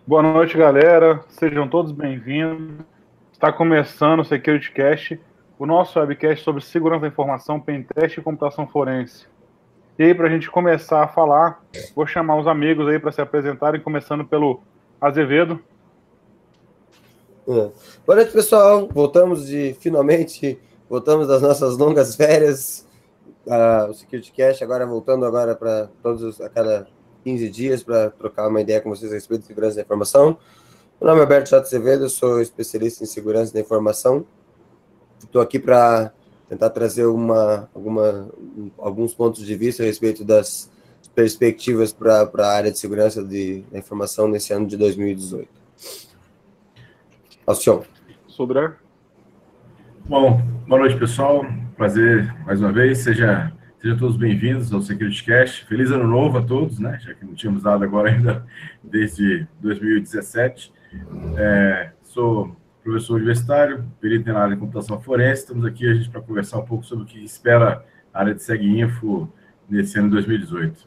Boa noite, galera. Sejam todos bem-vindos. Está começando o SecurityCast, o nosso webcast sobre segurança da informação, pentest e computação forense. E aí, para a gente começar a falar, vou chamar os amigos aí para se apresentarem, começando pelo Azevedo. Boa noite, pessoal. Finalmente, voltamos das nossas longas férias. O SecurityCast voltando para todos a cada 15 dias para trocar uma ideia com vocês a respeito de segurança da informação. Meu nome é Alberto Chato Azevedo, eu sou especialista em segurança da informação. Estou aqui para tentar trazer alguns pontos de vista a respeito das perspectivas para a área de segurança da informação nesse ano de 2018. Alcion. Sodré. Bom, boa noite, pessoal. Prazer mais uma vez. Sejam todos bem-vindos ao SecurityCast. Feliz ano novo a todos, né? Já que não tínhamos dado agora ainda desde 2017. Sou professor universitário, perito na área de computação forense. Estamos aqui a gente para conversar um pouco sobre o que espera a área de SegInfo nesse ano de 2018.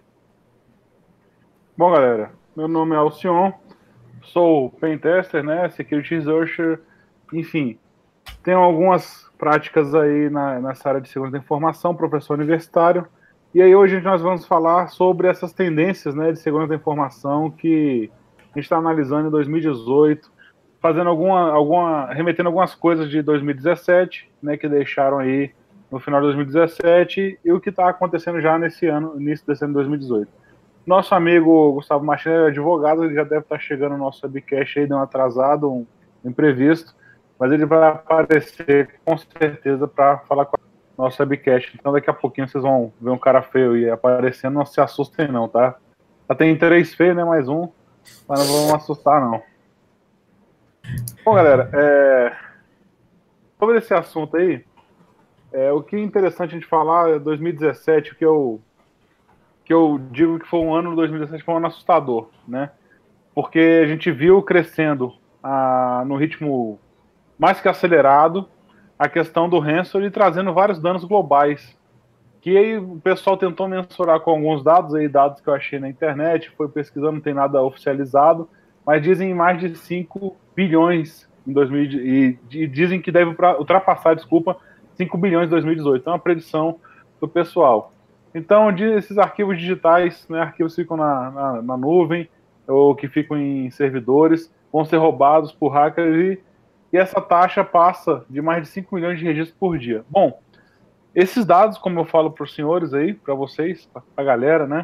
Bom, galera, meu nome é Alcion, sou pentester, né? Security Researcher, enfim. Tenho algumas práticas aí nessa área de segurança da informação, professor universitário. E aí hoje nós vamos falar sobre essas tendências, né, de segurança da informação que a gente está analisando em 2018, fazendo remetendo algumas coisas de 2017, né, que deixaram aí no final de 2017 e o que está acontecendo já nesse ano, início desse ano de 2018. Nosso amigo Gustavo Machina é advogado, ele já deve estar chegando no nosso webcast aí, deu um atrasado, um imprevisto, mas ele vai aparecer com certeza para falar com o nosso webcast. Então daqui a pouquinho vocês vão ver um cara feio aí aparecendo, não se assustem não, tá? Já tem 3 feios, né? Mais um, mas não vamos assustar não. Bom, galera, sobre esse assunto aí, o que é interessante a gente falar é 2017, que eu digo que foi um ano, 2017 foi um ano assustador, né? Porque a gente viu crescendo no ritmo mais que acelerado a questão do ransomware e trazendo vários danos globais. Que aí o pessoal tentou mensurar com alguns dados que eu achei na internet, foi pesquisando, não tem nada oficializado, mas dizem mais de 5 bilhões em 2018, e dizem que deve ultrapassar, 5 bilhões em 2018. Então é uma predição do pessoal. Então, esses arquivos digitais, né, arquivos que ficam na nuvem ou que ficam em servidores, vão ser roubados por hackers e essa taxa passa de mais de 5 milhões de registros por dia. Bom, esses dados, como eu falo para os senhores aí, para vocês, para a galera, né?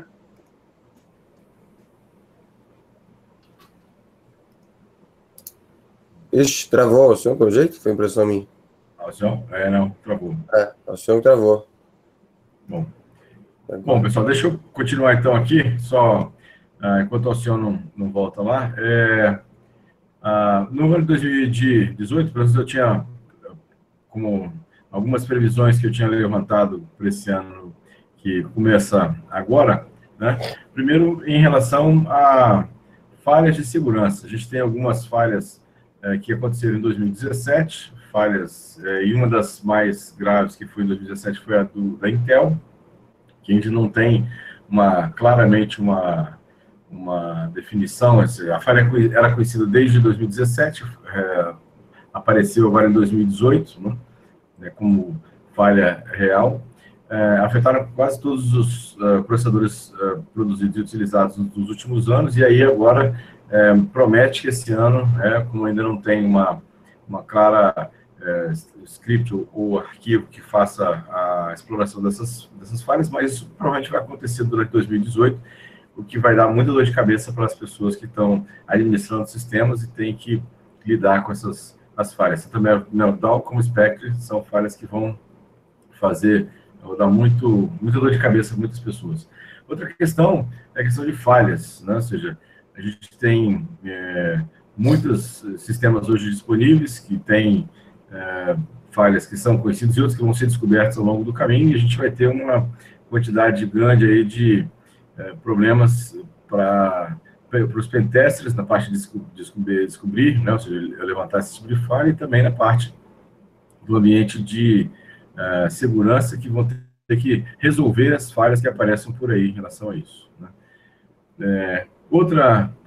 Ixi, travou o Alcion, pelo jeito? Foi impressão minha. Alcion? Não, travou. Alcion travou. Bom, pessoal, deixa eu continuar então aqui, só enquanto o Alcion não volta lá. No ano de 2018, pelo menos eu tinha como algumas previsões que eu tinha levantado para esse ano que começa agora, né? Primeiro, em relação a falhas de segurança. A gente tem algumas falhas que aconteceram em 2017, e uma das mais graves que foi em 2017 foi a da Intel, que a gente não tem claramente uma definição. A falha era conhecida desde 2017, apareceu agora em 2018, né, como falha real. Afetaram quase todos os processadores produzidos e utilizados nos últimos anos, e aí agora promete que esse ano, como ainda não tem uma clara script ou arquivo que faça a exploração dessas falhas, mas isso provavelmente vai acontecer durante 2018, o que vai dar muita dor de cabeça para as pessoas que estão administrando sistemas e têm que lidar com as falhas. Tanto a Meltdown como o Spectre são falhas que vão dar muita dor de cabeça a muitas pessoas. Outra questão é a questão de falhas, né? Ou seja, a gente tem muitos sistemas hoje disponíveis que têm falhas que são conhecidas e outras que vão ser descobertas ao longo do caminho, e a gente vai ter uma quantidade grande aí de problemas para os pentesters na parte de descobrir, né, ou seja, levantar esse tipo de falha, e também na parte do ambiente de segurança, que vão ter que resolver as falhas que aparecem por aí em relação a isso, né? Outra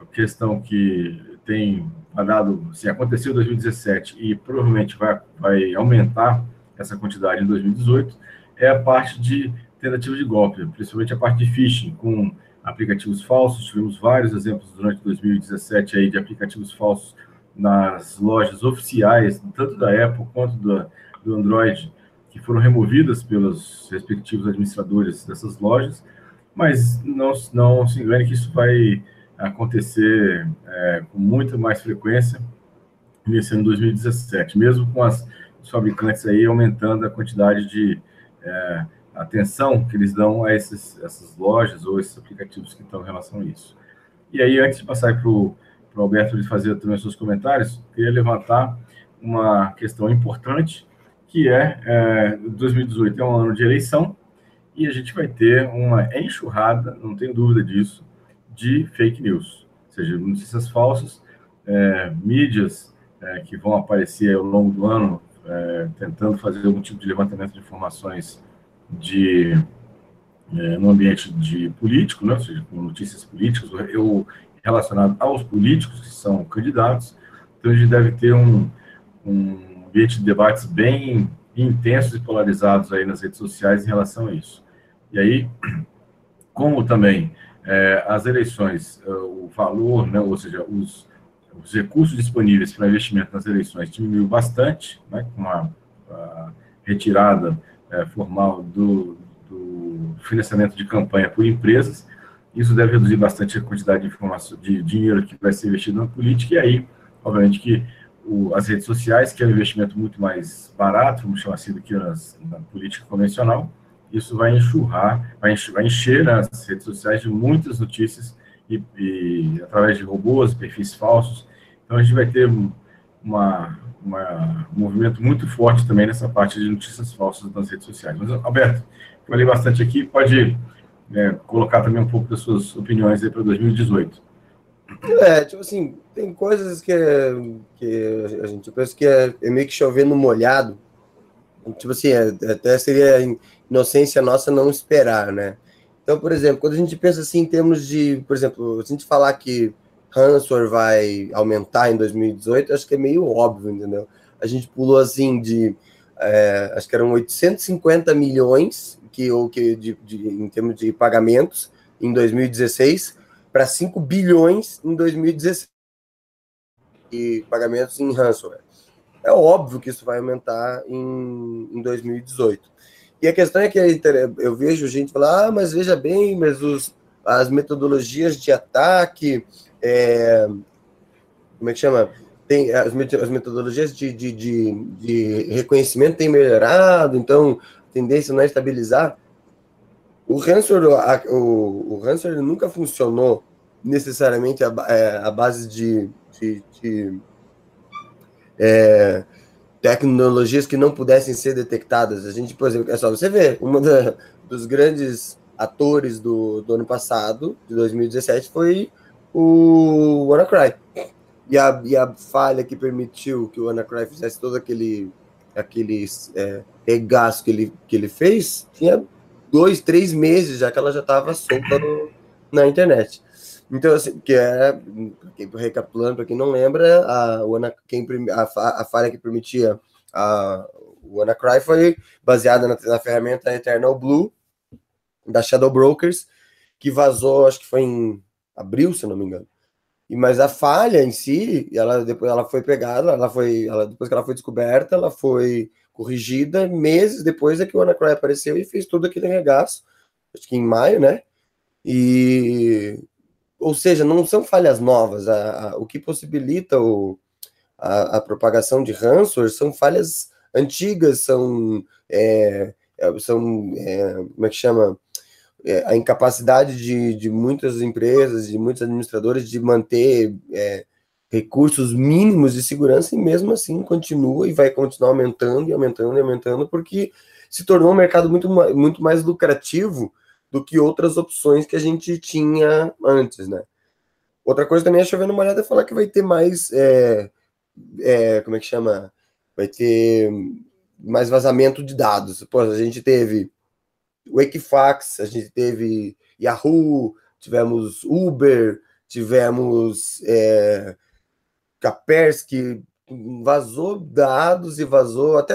questão que tem dado, assim, aconteceu em 2017 e provavelmente vai aumentar essa quantidade em 2018, é a parte de tentativa de golpe, principalmente a parte de phishing, com aplicativos falsos. Tivemos vários exemplos durante 2017 aí de aplicativos falsos nas lojas oficiais, tanto da Apple quanto do Android, que foram removidas pelos respectivos administradores dessas lojas, mas não se engane que isso vai acontecer com muita mais frequência nesse ano 2017, mesmo com os fabricantes aí aumentando a quantidade de atenção que eles dão a essas lojas ou esses aplicativos que estão em relação a isso. E aí, antes de passar para o Alberto de fazer também os seus comentários, eu queria levantar uma questão importante, que 2018 é um ano de eleição, e a gente vai ter uma enxurrada, não tem dúvida disso, de fake news, ou seja, notícias falsas, mídias que vão aparecer ao longo do ano, tentando fazer algum tipo de levantamento de informações no ambiente político, né? Ou seja, com notícias políticas, ou relacionado aos políticos que são candidatos. Então, a gente deve ter um ambiente de debates bem intensos e polarizados aí nas redes sociais em relação a isso. E aí, como também as eleições, o valor, né? Ou seja, os recursos disponíveis para investimento nas eleições diminuiu bastante, né? Com a retirada formal do financiamento de campanha por empresas. Isso deve reduzir bastante a quantidade de informação, de dinheiro que vai ser investido na política, e aí, obviamente, que as redes sociais, que é um investimento muito mais barato, vamos chamar assim, do que na política convencional, isso vai enxurrar, vai encher as redes sociais de muitas notícias e através de robôs, perfis falsos. Então, a gente vai ter um movimento muito forte também nessa parte de notícias falsas nas redes sociais. Mas, Alberto, falei bastante aqui, pode colocar também um pouco das suas opiniões aí para 2018. Tipo assim, tem coisas que a gente pensa que é meio que chover no molhado. Tipo assim, até seria inocência nossa não esperar, né? Então, por exemplo, quando a gente pensa assim em termos de, por exemplo, se a gente falar que ransomware vai aumentar em 2018, acho que é meio óbvio, entendeu? A gente pulou assim acho que eram 850 milhões em termos de pagamentos em 2016 para 5 bilhões em 2016 e pagamentos em ransomware. É óbvio que isso vai aumentar em 2018. E a questão é que eu vejo gente falar, mas veja bem, mas as metodologias de ataque, como é que chama? Tem as metodologias de reconhecimento têm melhorado, então a tendência não é estabilizar. O ransomware nunca funcionou necessariamente à base de tecnologias que não pudessem ser detectadas. A gente, por exemplo, é só você ver, dos grandes atores do ano passado, de 2017, foi o WannaCry. E a falha que permitiu que o WannaCry fizesse todo aquele regaço que ele fez, tinha 2-3 meses já que ela já estava solta na internet. Então, assim, recapitulando, para quem não lembra, a falha que permitia o WannaCry foi baseada na ferramenta Eternal Blue, da Shadow Brokers, que vazou, acho que foi em abril, se não me engano. Mas a falha em si, depois ela foi pegada, depois que ela foi descoberta, ela foi corrigida, meses depois é que o WannaCry apareceu e fez todo aquele regaço, acho que em maio, né? Ou seja, não são falhas novas. O que possibilita a propagação de ransomware são falhas antigas, como é que chama? A incapacidade de muitas empresas, de muitos administradores de manter recursos mínimos de segurança, e mesmo assim continua e vai continuar aumentando e aumentando e aumentando, porque se tornou um mercado muito mais lucrativo do que outras opções que a gente tinha antes, né? Outra coisa também é chover numa olhada e falar que vai ter mais, como é que chama? Vai ter mais vazamento de dados. Pô, a gente teve o Equifax, a gente teve Yahoo, tivemos Uber, tivemos Kaspersky, vazou dados e vazou até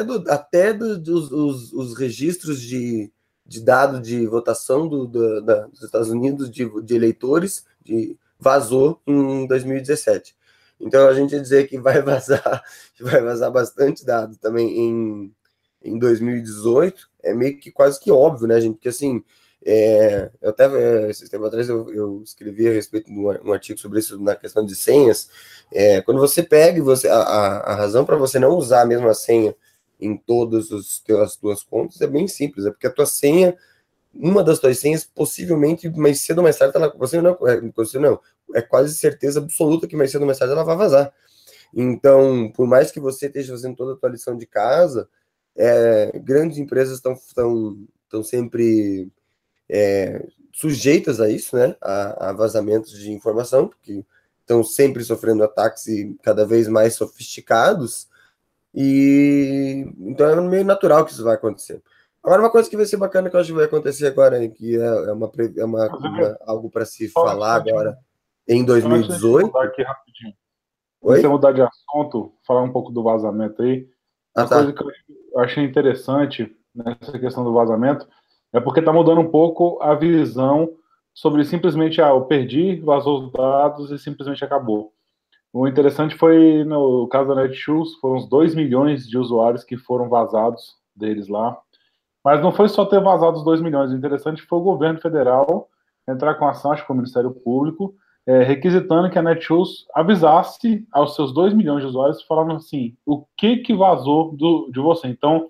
os registros de dado de votação dos Estados Unidos de eleitores, vazou em 2017. Então a gente ia dizer que vai vazar bastante dado também em 2018, é meio que quase que óbvio, né, gente? Porque assim, eu até, esse tempo atrás, eu escrevi a respeito de um artigo sobre isso na questão de senhas. Quando você pega, a razão para você não usar a mesma senha em todas as tuas contas é bem simples, é porque a tua senha, uma das tuas senhas, possivelmente, mais cedo ou mais tarde, é quase certeza absoluta que mais cedo ou mais tarde ela vai vazar. Então, por mais que você esteja fazendo toda a tua lição de casa, grandes empresas estão sempre sujeitas a isso, né? A vazamentos de informação, porque estão sempre sofrendo ataques cada vez mais sofisticados, e então é meio natural que isso vai acontecer. Agora, uma coisa que vai ser bacana que eu acho que vai acontecer agora, que algo para se falar agora em 2018. Mudar aqui rapidinho. Oi? Antes de mudar de assunto, falar um pouco do vazamento aí. Uma coisa que eu achei interessante nessa questão do vazamento é porque está mudando um pouco a visão sobre simplesmente, eu perdi, vazou os dados e simplesmente acabou. O interessante foi, no caso da Netshoes, foram uns 2 milhões de usuários que foram vazados deles lá. Mas não foi só ter vazado os 2 milhões, o interessante foi o governo federal entrar com ação, acho que foi o Ministério Público, requisitando que a Netshoes avisasse aos seus 2 milhões de usuários, falando assim, o que vazou de você. Então,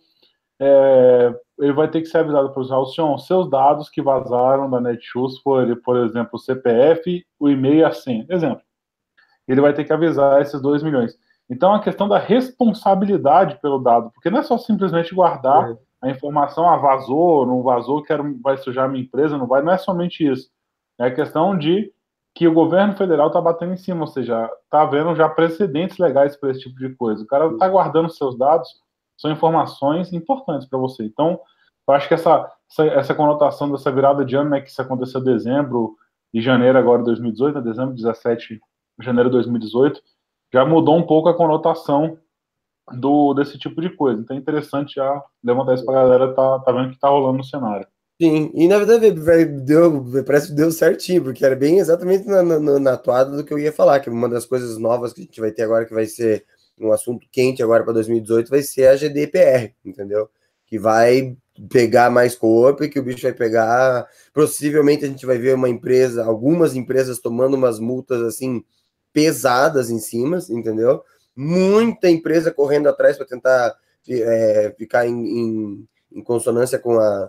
ele vai ter que ser avisado para os seus dados que vazaram da Netshoes foram, por exemplo, o CPF, o e-mail e a senha. Exemplo. Ele vai ter que avisar esses 2 milhões. Então, a questão da responsabilidade pelo dado, porque não é só simplesmente guardar a informação, vazou, não vazou, vai sujar minha empresa, não é somente isso. É a questão de que o governo federal está batendo em cima, ou seja, está havendo já precedentes legais para esse tipo de coisa. O cara está guardando seus dados, são informações importantes para você. Então, eu acho que essa conotação dessa virada de ano, né, que isso aconteceu em dezembro e janeiro agora de 2018, né, dezembro 17, janeiro de 2018, já mudou um pouco a conotação desse tipo de coisa. Então é interessante já levantar isso para a galera tá vendo o que está rolando no cenário. Sim, e na verdade parece que deu certinho, porque era bem exatamente na toada do que eu ia falar, que uma das coisas novas que a gente vai ter agora, que vai ser um assunto quente agora para 2018, vai ser a GDPR, entendeu? Que vai pegar mais corpo e que o bicho vai pegar. Possivelmente a gente vai ver algumas empresas tomando umas multas assim pesadas em cima, entendeu? Muita empresa correndo atrás para tentar ficar em consonância com a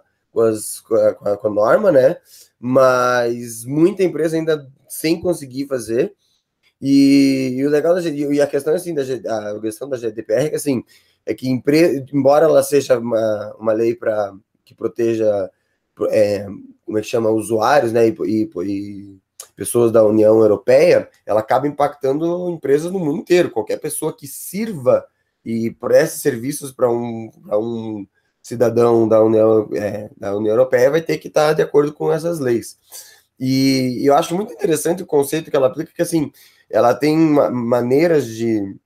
norma, né? Mas muita empresa ainda sem conseguir fazer. E o legal e a questão assim a questão da GDPR assim, é que embora ela seja uma lei que proteja como é que chama, usuários, né, e pessoas da União Europeia, ela acaba impactando empresas no mundo inteiro. Qualquer pessoa que sirva e preste serviços para um cidadão da União Europeia vai ter que estar de acordo com essas leis. E eu acho muito interessante o conceito que ela aplica, que assim, ela tem maneiras de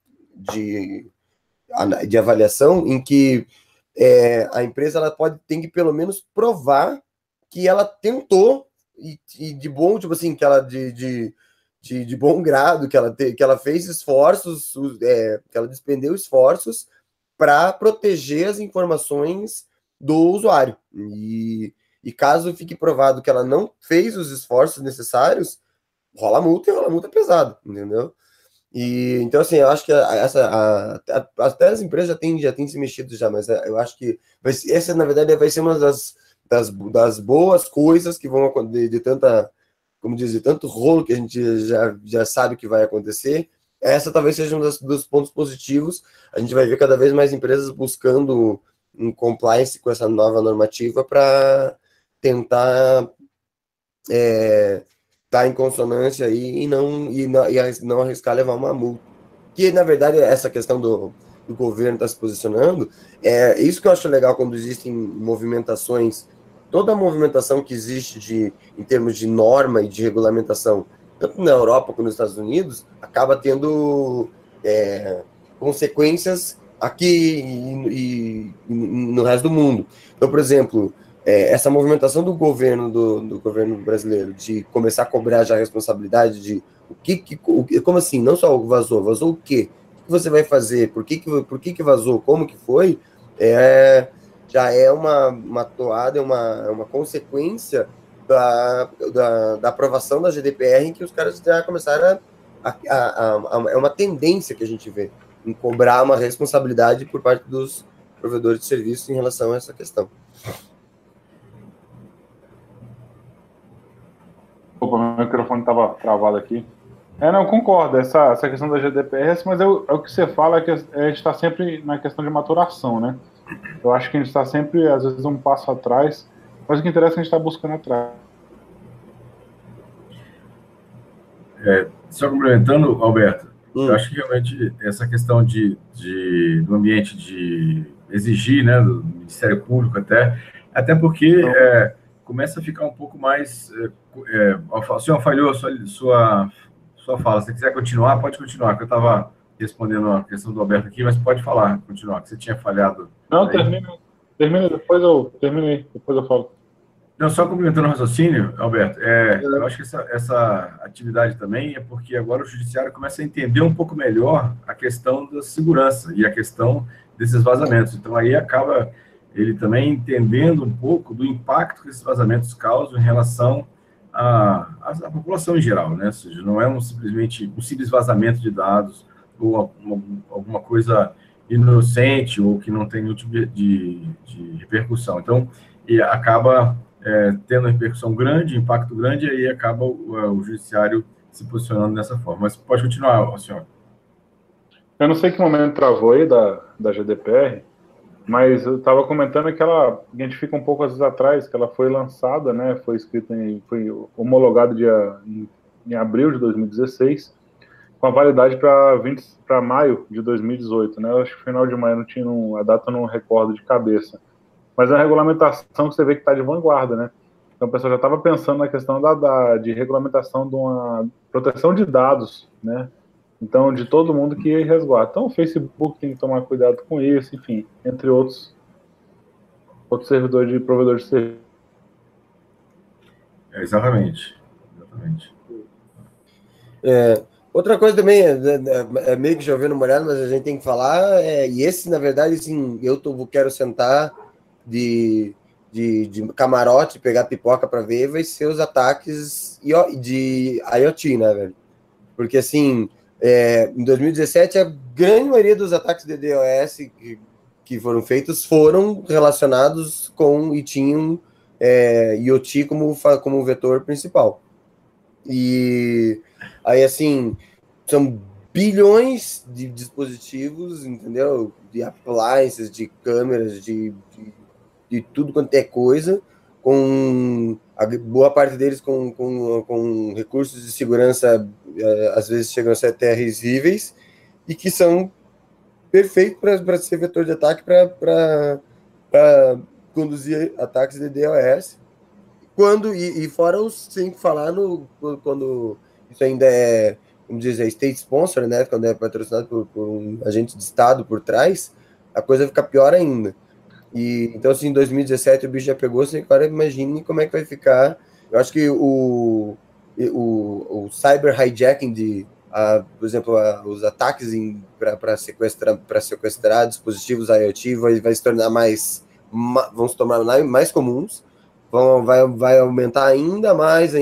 avaliação em que a empresa ela tem que pelo menos provar que ela tentou e de bom, tipo assim, que ela de bom grado, que ela fez esforços, que ela despendeu esforços para proteger as informações do usuário. E caso fique provado que ela não fez os esforços necessários, rola multa e rola multa pesada, entendeu? E então, assim, eu acho que até as empresas já têm se mexido já, mas eu acho que essa, na verdade, vai ser uma das boas coisas que vão acontecer, de tanto rolo que a gente já sabe que vai acontecer. Essa talvez seja um dos pontos positivos. A gente vai ver cada vez mais empresas buscando um compliance com essa nova normativa para tentar estar em consonância aí e não arriscar levar uma multa. Que, na verdade, essa questão do governo estar se posicionando, isso que eu acho legal quando existem movimentações, toda a movimentação que existe em termos de norma e de regulamentação tanto na Europa quanto nos Estados Unidos, acaba tendo consequências aqui e no resto do mundo. Então, por exemplo, essa movimentação do governo brasileiro de começar a cobrar já a responsabilidade de como assim? Não só vazou o quê? O que você vai fazer? Por que vazou? Como que foi? Já é uma toada, uma consequência da aprovação da GDPR, em que os caras já começaram é uma tendência que a gente vê em cobrar uma responsabilidade por parte dos provedores de serviços em relação a essa questão. Opa, meu microfone estava travado aqui. Não, concordo, essa questão da GDPR, mas o que você fala é que a gente está sempre na questão de maturação, né? Eu acho que a gente está sempre, às vezes, um passo atrás, mas o que interessa é que a gente está buscando atrás. Só complementando, Alberto, eu acho que realmente essa questão do ambiente de exigir, né, do Ministério Público até porque começa a ficar um pouco mais... o senhor falhou a sua fala. Se você quiser continuar, pode continuar, que eu estava respondendo a questão do Alberto aqui, mas pode continuar, que você tinha falhado. Não, termina, depois eu falo. Não, só complementando o raciocínio, Alberto, eu acho que essa atividade também é porque agora o judiciário começa a entender um pouco melhor a questão da segurança e a questão desses vazamentos. Então, aí acaba ele também entendendo um pouco do impacto que esses vazamentos causam em relação à população em geral, né? Ou seja, não é simplesmente um simples vazamento de dados ou alguma coisa inocente ou que não tem nenhum tipo de repercussão. Então, e acaba tendo uma repercussão grande, impacto grande, e aí acaba o judiciário se posicionando dessa forma. Mas pode continuar, senhor. Eu não sei que momento travou aí da GDPR, mas eu estava comentando que ela identifica um pouco às vezes atrás, que ela foi lançada, né, foi homologada em abril de 2016, com a validade para maio de 2018, né? Eu acho que final de maio a data não recordo de cabeça. Mas é uma regulamentação que você vê que está de vanguarda, né? Então o pessoal já estava pensando na questão de regulamentação de uma proteção de dados, né? Então, de todo mundo que resguarda. Então, o Facebook tem que tomar cuidado com isso, enfim, entre outros provedores de serviço. Exatamente. Outra coisa também, meio que chovendo molhado, mas a gente tem que falar, e esse, na verdade, assim, quero sentar de camarote, pegar pipoca para ver, vai ser os ataques de IoT, né, velho? Porque, assim, em 2017, a grande maioria dos ataques de DDoS que foram feitos foram relacionados com e tinham IoT como vetor principal. E aí, assim, são bilhões de dispositivos, entendeu? De appliances, de câmeras, de tudo quanto é coisa, com a boa parte deles com recursos de segurança, às vezes chegam a ser até risíveis, e que são perfeitos para ser vetor de ataque, para conduzir ataques de DDoS. E fora sem falar quando isso ainda é, vamos dizer, state sponsor, né? Quando é patrocinado por um agente de Estado por trás, a coisa fica pior ainda. E então, assim, em 2017 o bicho já pegou, assim, agora imagine como é que vai ficar. Eu acho que o cyber hijacking por exemplo, os ataques para sequestrar dispositivos IoT vai se tornar vão se tornar mais comuns, vai aumentar ainda mais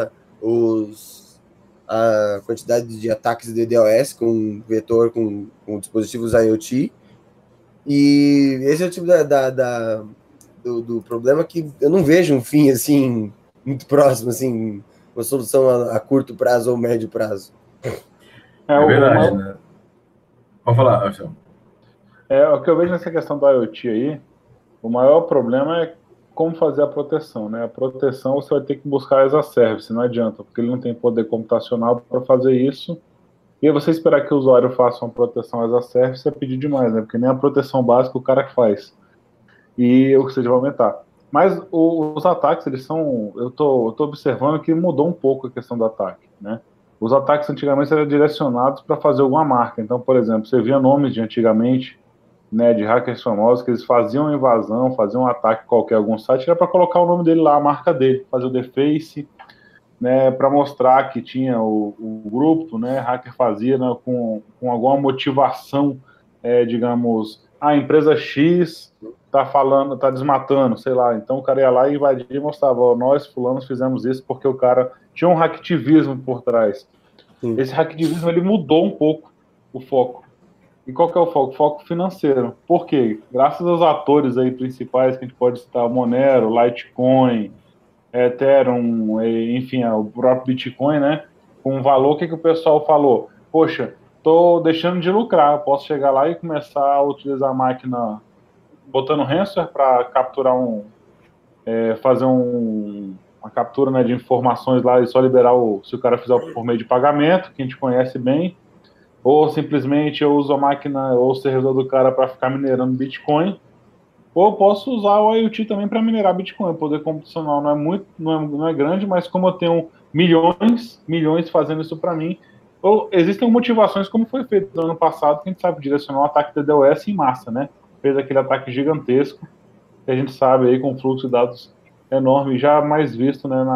a quantidade de ataques de DDoS com vetor, com dispositivos IoT. E esse é o tipo do problema que eu não vejo um fim, assim, muito próximo, assim, uma solução a curto prazo ou médio prazo. É verdade, né? Pode falar, Arthur. O que eu vejo nessa questão do IoT aí, o maior problema é como fazer a proteção, né? A proteção você vai ter que buscar as a service, não adianta, porque ele não tem poder computacional para fazer isso. E aí você esperar que o usuário faça uma proteção as a service é pedir demais, né? Porque nem a proteção básica o cara faz. E o que seja vai aumentar. Mas os ataques, eles são... Eu tô observando que mudou um pouco a questão do ataque, né? os ataques antigamente eram direcionados para fazer alguma marca. Então, por exemplo, você via nomes de antigamente, né, de hackers famosos, que eles faziam invasão, faziam um ataque qualquer, algum site, era para colocar o nome dele lá, a marca dele, fazer o deface, né, para mostrar que tinha o grupo, né, hacker fazia, né, com alguma motivação, digamos, a empresa X tá falando, tá desmatando, sei lá, então o cara ia lá e invadia e mostrava, ó, nós fulanos fizemos isso porque o cara tinha um hacktivismo por trás. Sim. Esse hacktivismo, ele mudou um pouco o foco. E qual que é o foco? Foco financeiro. Por quê? Graças aos atores aí principais que a gente pode citar, Monero, Litecoin, Ethereum, enfim, o próprio Bitcoin, né? Com um valor, o que o pessoal falou? Poxa, tô deixando de lucrar, posso chegar lá e começar a utilizar a máquina botando ransomware para capturar fazer uma captura, né, de informações lá e só liberar se o cara fizer por meio de pagamento, que a gente conhece bem, ou simplesmente eu uso a máquina ou o servidor do cara para ficar minerando Bitcoin. Ou eu posso usar o IoT também para minerar Bitcoin. O poder computacional não é grande, mas como eu tenho milhões fazendo isso para mim, ou existem motivações como foi feito no ano passado, que a gente sabe direcionar um ataque da DDoS em massa, né? Fez aquele ataque gigantesco, que a gente sabe aí com um fluxo de dados enorme, já mais visto, né,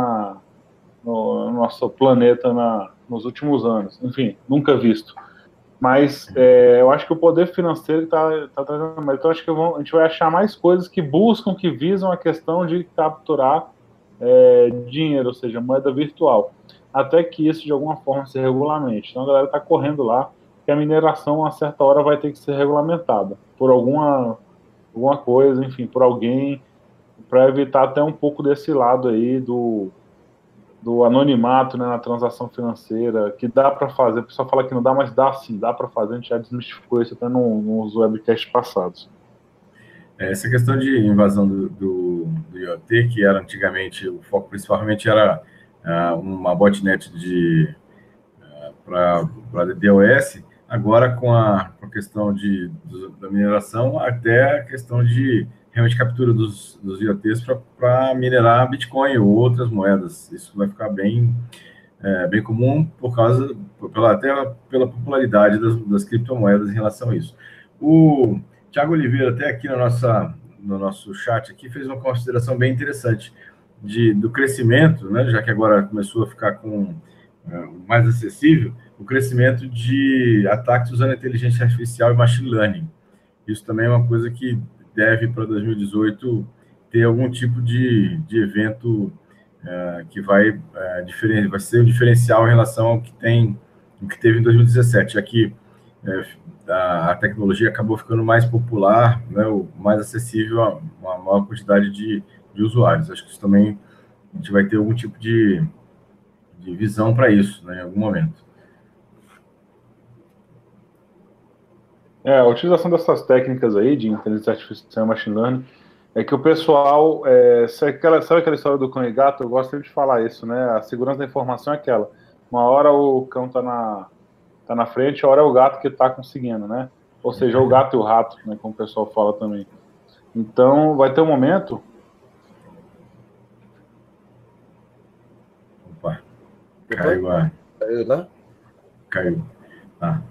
no nosso planeta nos últimos anos. Enfim, nunca visto. Mas eu acho que o poder financeiro está trazendo mais. Então, acho que a gente vai achar mais coisas que buscam, que visam a questão de capturar dinheiro, ou seja, moeda virtual. Até que isso, de alguma forma, se regulamente. Então, a galera está correndo lá, que a mineração, a certa hora, vai ter que ser regulamentada por alguma coisa, enfim, por alguém, para evitar até um pouco desse lado aí do anonimato, né, na transação financeira, que dá para fazer. O pessoal fala que não dá, mas dá sim, dá para fazer. A gente já desmistificou isso até nos webcasts passados. Essa questão de invasão do IoT, que era antigamente, o foco principalmente era uma botnet para DDoS, agora com a questão da mineração, até a questão de realmente captura dos IoTs para minerar Bitcoin ou outras moedas. Isso vai ficar bem comum até pela popularidade das criptomoedas em relação a isso. O Thiago Oliveira, até aqui no nosso chat, aqui, fez uma consideração bem interessante do crescimento, né, já que agora começou a ficar mais acessível, o crescimento de ataques usando inteligência artificial e machine learning. Isso também é uma coisa que deve, para 2018, ter algum tipo de evento que vai ser um diferencial em relação ao que teve em 2017, já que a tecnologia acabou ficando mais popular, né, mais acessível a uma maior quantidade de usuários. Acho que isso também a gente vai ter algum tipo de visão para isso, né, em algum momento. A utilização dessas técnicas aí de inteligência artificial e machine learning é que o pessoal, sabe aquela história do cão e gato? Eu gosto sempre de falar isso, né? A segurança da informação é aquela. Uma hora o cão tá na frente, a hora é o gato que tá conseguindo, né? Ou seja, o gato e o rato, né? Como o pessoal fala também. Então, vai ter um momento... Opa, caiu lá? Caiu. Tá.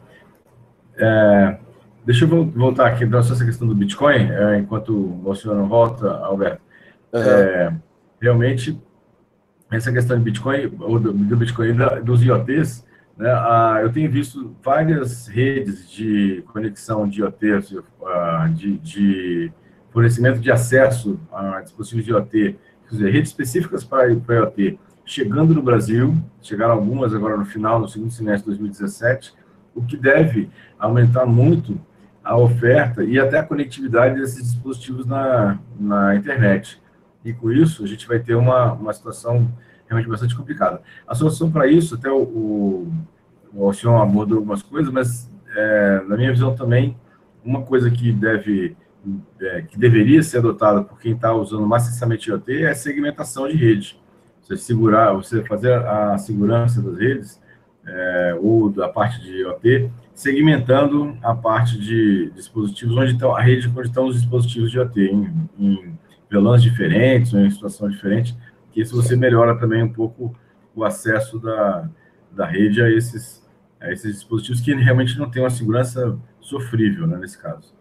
Deixa eu voltar aqui para essa questão do Bitcoin, enquanto o senhor não volta, Alberto. Uhum. Realmente, essa questão do Bitcoin, dos IoTs, né, eu tenho visto várias redes de conexão de IoTs, de fornecimento de acesso a dispositivos de IoT, quer dizer, redes específicas para IoT, chegando no Brasil, chegaram algumas agora no segundo semestre de 2017, o que deve aumentar muito a oferta e até a conectividade desses dispositivos na internet. E com isso, a gente vai ter uma situação realmente bastante complicada. A solução para isso, até o senhor abordou algumas coisas, mas, na minha visão também, uma coisa que deveria ser adotada por quem está usando maciçamente IoT é a segmentação de rede. Você fazer a segurança das redes, ou da parte de IoT, segmentando a parte de dispositivos a rede onde estão os dispositivos de IoT, em VLANs diferentes, ou em situação diferente, que isso você melhora também um pouco o acesso da rede a esses dispositivos que realmente não têm uma segurança sofrível, né, nesse caso.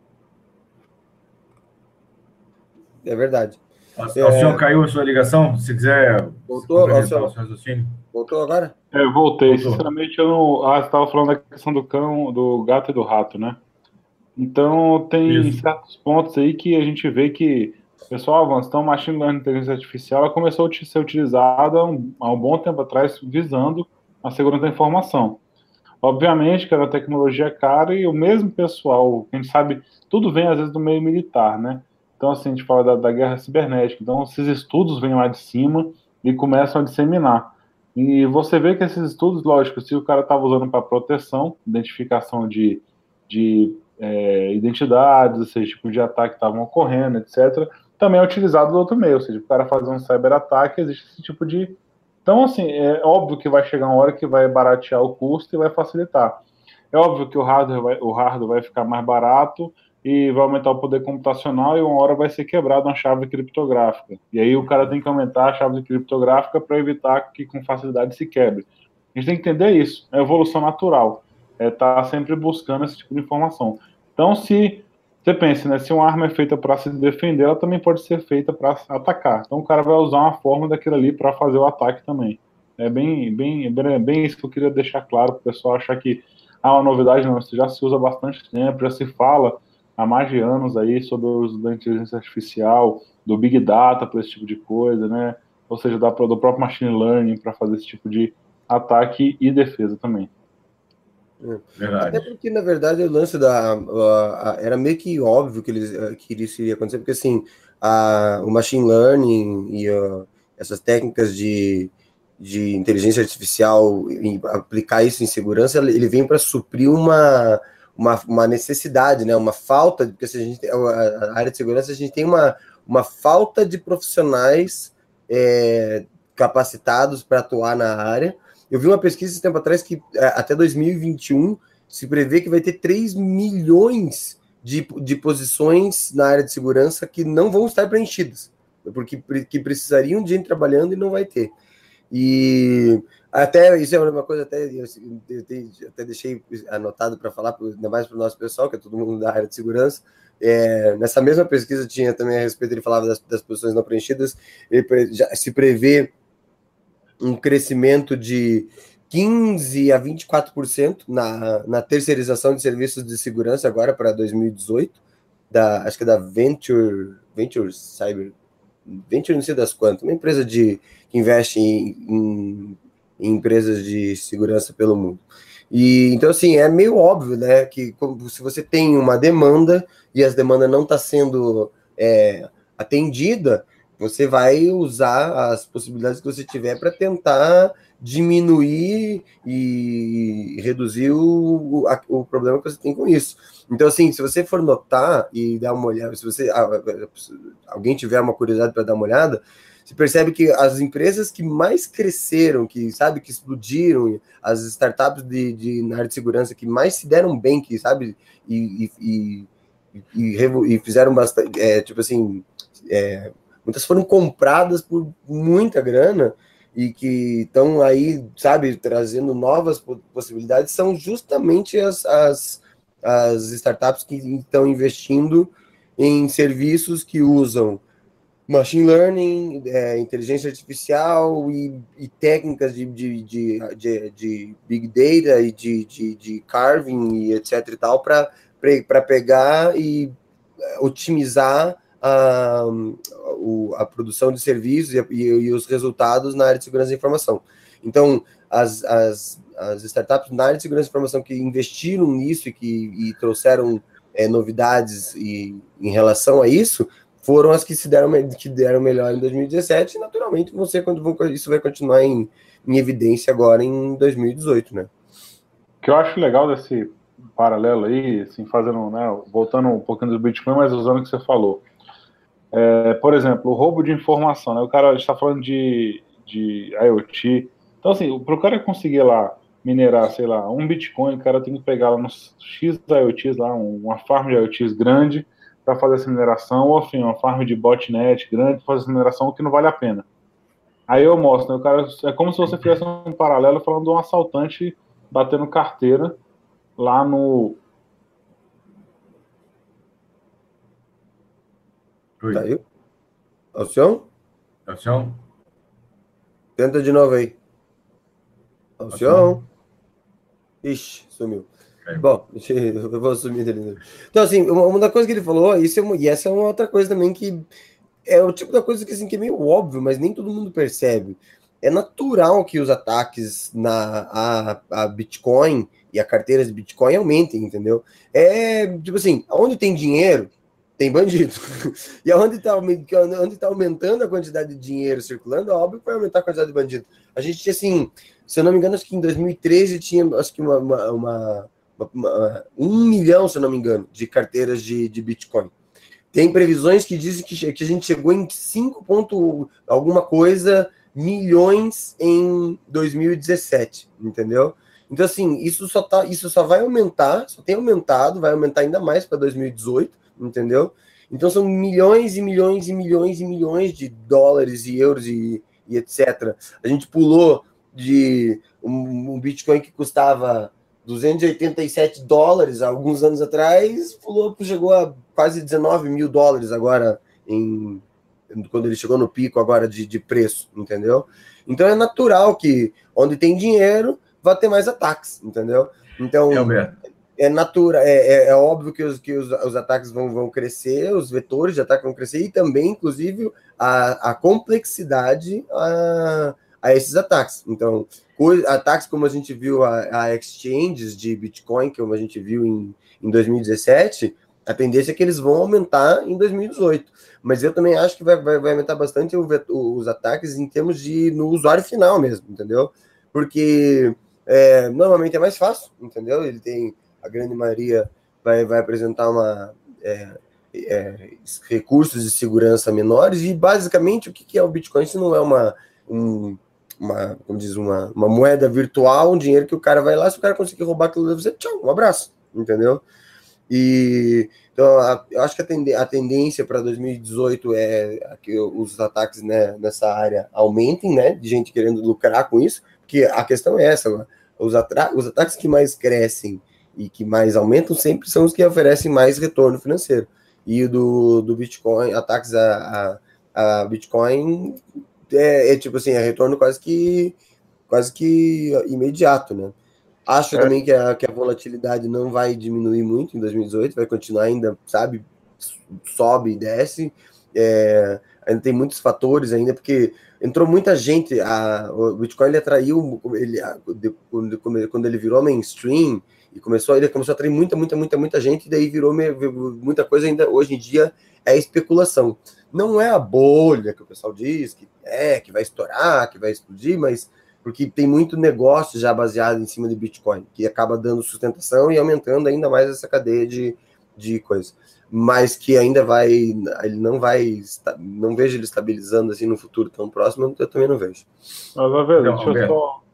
É verdade. Alcione, caiu a sua ligação? Se quiser Voltou, complementar o seu raciocínio. Voltou agora? Eu voltei. Voltou. Sinceramente, eu não. Ah, você estava falando da questão do cão, do gato e do rato, né? Então, tem Isso. certos pontos aí que a gente vê que o pessoal avança. Então, machine learning, inteligência artificial, ela começou a ser utilizada há um bom tempo atrás, visando a segurança da informação. Obviamente que era uma tecnologia cara e o mesmo pessoal, a gente sabe, tudo vem às vezes do meio militar, né? Então, assim, a gente fala da guerra cibernética. Então, esses estudos vêm lá de cima e começam a disseminar. E você vê que esses estudos, lógico, se o cara estava usando para proteção, identificação de identidades, ou seja, tipo de ataque que estavam ocorrendo, etc., também é utilizado do outro meio, ou seja, o cara fazer um cyberataque, existe esse tipo de. Então, assim, é óbvio que vai chegar uma hora que vai baratear o custo e vai facilitar. É óbvio que o hardware vai ficar mais barato e vai aumentar o poder computacional e uma hora vai ser quebrada uma chave criptográfica. E aí o cara tem que aumentar a chave criptográfica para evitar que com facilidade se quebre. A gente tem que entender isso, é evolução natural. Tá sempre buscando esse tipo de informação. Então, se você pensa, né, se uma arma é feita para se defender, ela também pode ser feita para atacar. Então, o cara vai usar uma forma daquilo ali para fazer o ataque também. É bem isso que eu queria deixar claro para o pessoal achar que uma novidade não, isso já se usa há bastante tempo, já se fala há mais de anos aí sobre o uso da inteligência artificial, do Big Data para esse tipo de coisa, né? Ou seja, do próprio Machine Learning para fazer esse tipo de ataque e defesa também. Até porque, na verdade, o lance era meio que óbvio que isso iria acontecer, porque assim, o machine learning e essas técnicas de inteligência artificial, e aplicar isso em segurança, ele vem para suprir uma necessidade, né? Uma falta, porque se a gente a área de segurança, a gente tem uma falta de profissionais capacitados para atuar na área. Eu vi uma pesquisa esse tempo atrás que até 2021 se prevê que vai ter 3 milhões de posições na área de segurança que não vão estar preenchidas, porque que precisariam de gente trabalhando e não vai ter. E até isso é uma coisa eu até deixei anotado para falar, ainda mais para o nosso pessoal, que é todo mundo da área de segurança. Nessa mesma pesquisa tinha também a respeito, ele falava das posições não preenchidas, já se prevê um crescimento de 15% a 24% na terceirização de serviços de segurança agora para 2018, acho que é da Venture Cyber, Venture não sei das quantas, uma empresa que investe em empresas de segurança pelo mundo. E então, assim, é meio óbvio, né, que se você tem uma demanda e as demandas não está sendo atendida, você vai usar as possibilidades que você tiver para tentar diminuir e reduzir o problema que você tem com isso. Então, assim, se você for notar e dar uma olhada, se alguém tiver uma curiosidade para dar uma olhada, você percebe que as empresas que mais cresceram, que explodiram, as startups na área de segurança que mais se deram bem, que sabe, e fizeram bastante, tipo assim, muitas foram compradas por muita grana e que estão aí, sabe, trazendo novas possibilidades, são justamente as startups que estão investindo em serviços que usam machine learning, inteligência artificial e técnicas de big data e de carving e etc e tal, para pegar e otimizar a produção de serviços e os resultados na área de segurança da informação. Então, as startups na área de segurança da informação que investiram nisso e trouxeram novidades em relação a isso, foram as que deram melhor em 2017 e, naturalmente, isso vai continuar em evidência agora em 2018, né? O que eu acho legal desse paralelo aí, assim, fazendo, né, voltando um pouquinho do Bitcoin, mas usando o que você falou. Por exemplo, o roubo de informação, né? O cara está falando de IoT. Então, assim, para o cara conseguir lá minerar, sei lá, um Bitcoin, o cara tem que pegar lá nos X IoTs, lá, uma farm de IoTs grande para fazer essa mineração, ou enfim, uma farm de botnet grande para fazer essa mineração, que não vale a pena. Aí eu mostro, né? O cara, é como se você fizesse um paralelo falando de um assaltante batendo carteira lá no... Oi. Tá aí? Alcion? Alcion? Tenta de novo aí. Alcion? Ixi, sumiu. Bom, eu vou assumir dele. Então, assim, uma das coisas que ele falou, e essa é uma outra coisa também que é o tipo da coisa que, assim, que é meio óbvio, mas nem todo mundo percebe. É natural que os ataques a Bitcoin e a carteira de Bitcoin aumentem, entendeu? É, tipo assim, onde tem dinheiro, tem bandido. E onde tá aumentando a quantidade de dinheiro circulando, é óbvio que vai aumentar a quantidade de bandido. A gente tinha, assim, se eu não me engano, acho que em 2013 tinha, acho que 1 milhão, se eu não me engano, de carteiras de Bitcoin. Tem previsões que dizem que a gente chegou em 5 ponto alguma coisa milhões em 2017, entendeu? Então, assim, isso só vai aumentar, só tem aumentado, vai aumentar ainda mais para 2018, entendeu? Então são milhões e milhões e milhões e milhões de dólares e euros e etc. A gente pulou de um Bitcoin que custava $287 há alguns anos atrás, chegou a quase $19 mil agora, quando ele chegou no pico agora de preço, entendeu? Então é natural que onde tem dinheiro vai ter mais ataques, entendeu? Então é natural, é óbvio que os ataques vão crescer, os vetores de ataque vão crescer, e também, inclusive, a complexidade a esses ataques. Então, ataques como a gente viu a exchanges de Bitcoin, como a gente viu em 2017, a tendência é que eles vão aumentar em 2018. Mas eu também acho que vai aumentar bastante os ataques em termos no usuário final mesmo, entendeu? Porque normalmente é mais fácil, entendeu? Ele tem, a grande maioria vai apresentar recursos de segurança menores, e basicamente o que é o Bitcoin? Se não é uma moeda virtual, um dinheiro que o cara vai lá, se o cara conseguir roubar aquilo, você, tchau, um abraço, entendeu? Então, eu acho que a tendência para 2018 é que os ataques, né, nessa área aumentem, né, de gente querendo lucrar com isso, porque a questão é essa, os ataques que mais crescem e que mais aumentam sempre são os que oferecem mais retorno financeiro. E o do Bitcoin, ataques a Bitcoin tipo assim, é retorno quase que imediato, né? Acho também que a volatilidade não vai diminuir muito em 2018, vai continuar ainda, sabe, sobe e desce. Ainda tem muitos fatores ainda, porque entrou muita gente, o Bitcoin ele atraiu, quando ele virou mainstream, ele começou a atrair muita gente, e daí virou muita coisa. Ainda hoje em dia é especulação. Não é a bolha que o pessoal diz que vai estourar, que vai explodir, mas porque tem muito negócio já baseado em cima de Bitcoin, que acaba dando sustentação e aumentando ainda mais essa cadeia de coisas. Mas que ainda ele não vejo ele estabilizando assim no futuro tão próximo, eu também não vejo. Mas, deixa eu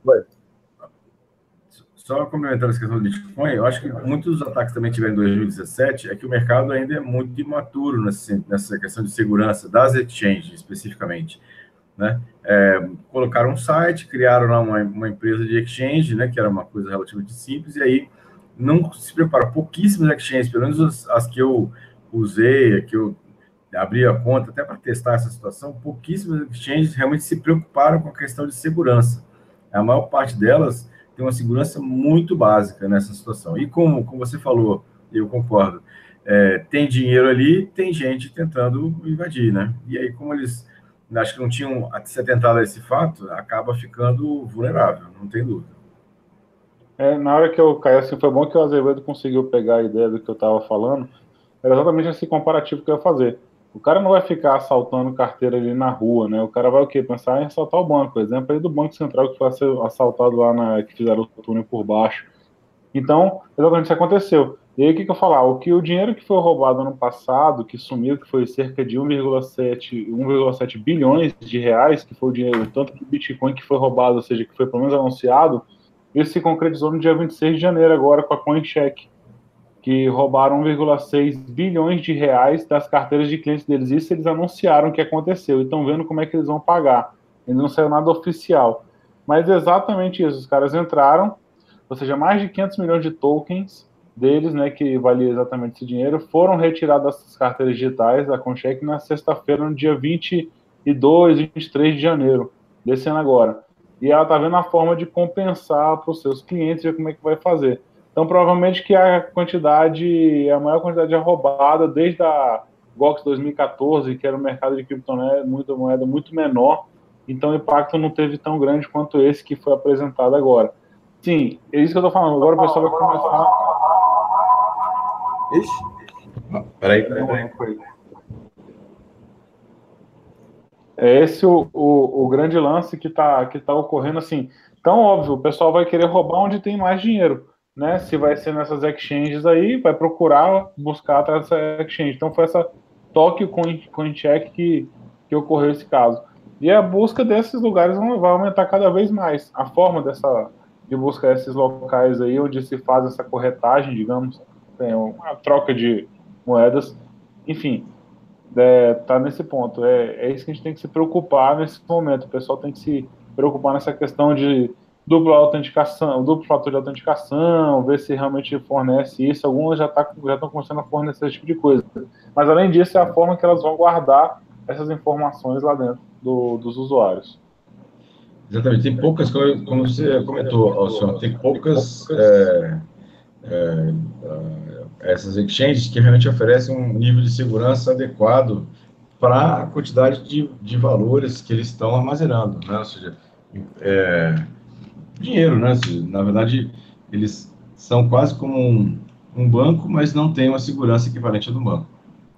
só complementando essa questão do Bitcoin, eu acho que muitos dos ataques também tiveram em 2017, é que o mercado ainda é muito imaturo nessa questão de segurança das exchanges, especificamente. Né? Colocaram um site, criaram lá uma empresa de exchange, né, que era uma coisa relativamente simples, e aí não se prepararam. Pouquíssimas exchanges, pelo menos as que eu usei, que eu abri a conta até para testar essa situação, pouquíssimas exchanges realmente se preocuparam com a questão de segurança. A maior parte delas tem uma segurança muito básica nessa situação. E como você falou, eu concordo, tem dinheiro ali, tem gente tentando invadir, né? E aí, como eles acho que não tinham se atentado a esse fato, acaba ficando vulnerável, não tem dúvida. Na hora que eu caí, assim, foi bom que o Azevedo conseguiu pegar a ideia do que eu estava falando. Era exatamente esse comparativo que eu ia fazer. O cara não vai ficar assaltando carteira ali na rua, né? O cara vai o quê? Pensar em assaltar o banco. Exemplo aí do Banco Central, que foi assaltado lá, que fizeram o túnel por baixo. Então, exatamente isso aconteceu. E aí, o que eu falar? O dinheiro que foi roubado ano passado, que sumiu, que foi cerca de 1,7 bilhões de reais, que foi o dinheiro, tanto de Bitcoin que foi roubado, ou seja, que foi pelo menos anunciado, isso se concretizou no dia 26 de janeiro agora com a CoinCheck, que roubaram 1,6 bilhões de reais das carteiras de clientes deles. Isso eles anunciaram que aconteceu e estão vendo como é que eles vão pagar. ainda não saiu nada oficial. Mas é exatamente isso, os caras entraram, ou seja, mais de 500 milhões de tokens deles, né, que valia exatamente esse dinheiro, foram retirados dessas carteiras digitais da Coincheck na sexta-feira, no dia 22, 23 de janeiro desse ano agora. E ela está vendo a forma de compensar para os seus clientes, ver como é que vai fazer. Então, provavelmente que a maior quantidade é roubada desde a Gox 2014, que era um mercado de criptomoeda muito menor, então o impacto não teve tão grande quanto esse que foi apresentado agora. Sim, é isso que eu estou falando. Agora o pessoal vai começar... Ixi. Peraí. É esse o grande lance que tá ocorrendo assim. Então, óbvio, o pessoal vai querer roubar onde tem mais dinheiro, né? Se vai ser nessas exchanges aí, vai procurar buscar atrás dessa exchange. Então, foi essa Tokyo Coincheck que ocorreu esse caso. E a busca desses lugares vai aumentar cada vez mais. A forma de buscar esses locais aí, onde se faz essa corretagem, digamos, tem uma troca de moedas, enfim, tá nesse ponto. É isso que a gente tem que se preocupar nesse momento. O pessoal tem que se preocupar nessa questão de duplo fator de autenticação, ver se realmente fornece isso. Algumas já estão começando a fornecer esse tipo de coisa. Mas, além disso, é a forma que elas vão guardar essas informações lá dentro dos usuários. Exatamente. Tem poucas, como você comentou, Alcione, tem poucas essas exchanges que realmente oferecem um nível de segurança adequado para a quantidade de valores que eles estão armazenando, né? Ou seja, dinheiro, né? Na verdade, eles são quase como um banco, mas não tem uma segurança equivalente a do banco.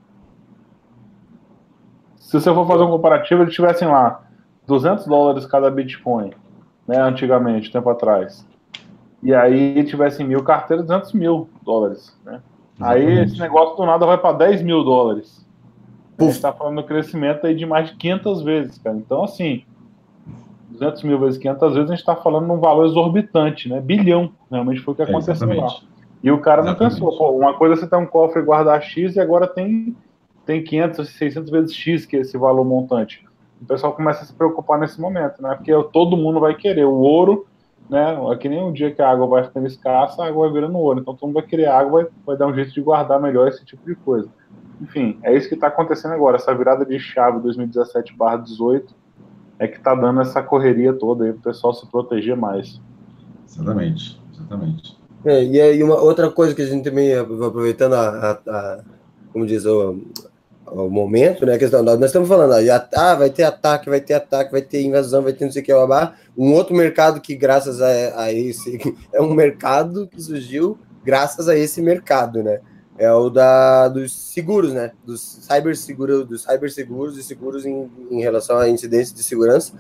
Se você for fazer um comparativo, eles tivessem lá $200 cada Bitcoin, né? Antigamente, tempo atrás. E aí tivessem 1.000 carteiras, $200 mil, né? Aí esse negócio do nada vai para $10 mil. A gente está falando do crescimento aí de mais de 500 vezes, cara. Então, assim, 200 mil vezes 500 vezes, a gente está falando num valor exorbitante, né? Bilhão, realmente foi o que aconteceu lá. E o cara não pensou, pô, uma coisa é você ter um cofre e guardar X e agora tem 500, 600 vezes X que é esse valor montante. O pessoal começa a se preocupar nesse momento, né? Porque todo mundo vai querer o ouro, né? É que nem um dia que a água vai ficando escassa, a água vai virando ouro. Então todo mundo vai querer água, vai dar um jeito de guardar melhor esse tipo de coisa. Enfim, é isso que está acontecendo agora. Essa virada de chave 2017/18 é que está dando essa correria toda aí para o pessoal se proteger mais. Exatamente. E aí uma outra coisa que a gente também, aproveitando como diz, o momento, né, a questão, nós estamos falando, vai ter ataque, vai ter invasão, vai ter não sei o que, um outro mercado que graças a esse, é um mercado que surgiu graças a esse mercado, né, é o dos seguros, né, dos cyberseguros e seguros em relação à incidência de segurança.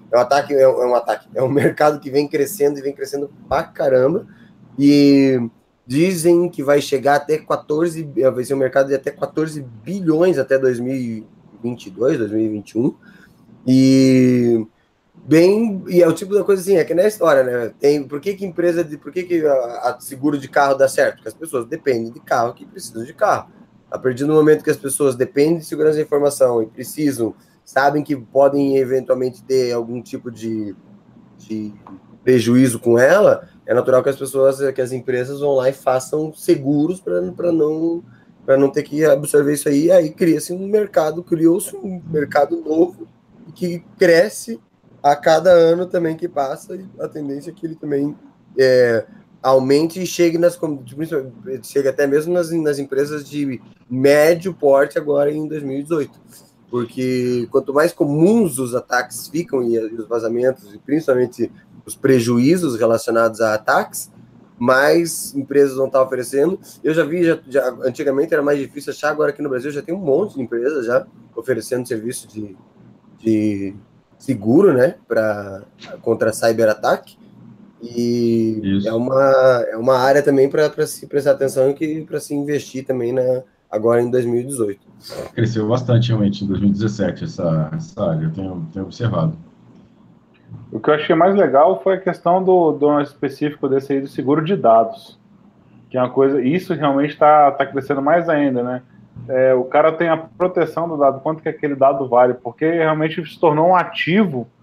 É um mercado que vem crescendo pra caramba, e dizem que vai chegar até vai ser um mercado de até 14 bilhões até 2022, 2021, e é o tipo da coisa assim, é que na história, né, por que a seguro de carro dá certo? Porque as pessoas dependem de carro que precisam de carro. A partir do momento que as pessoas dependem de segurança da informação e sabem que podem eventualmente ter algum tipo de prejuízo com ela, é natural que as empresas vão lá e façam seguros para não ter que absorver isso aí. Aí criou-se um mercado novo que cresce a cada ano também que passa, e a tendência é que ele também aumente e chegue até mesmo nas empresas de médio porte agora em 2018. Porque quanto mais comuns os ataques ficam e os vazamentos, e principalmente os prejuízos relacionados a ataques, mais empresas vão estar oferecendo. Eu já vi, antigamente era mais difícil achar, agora aqui no Brasil já tem um monte de empresas já oferecendo serviço de seguro, né, contra cyberataque. E é uma área também para se prestar atenção e para se investir também agora em 2018. Cresceu bastante realmente em 2017 essa área, eu tenho observado. O que eu achei mais legal foi a questão do específico desse aí do seguro de dados, que é uma coisa, isso realmente está crescendo mais ainda, né? O cara tem a proteção do dado, quanto que aquele dado vale, porque realmente se tornou um ativo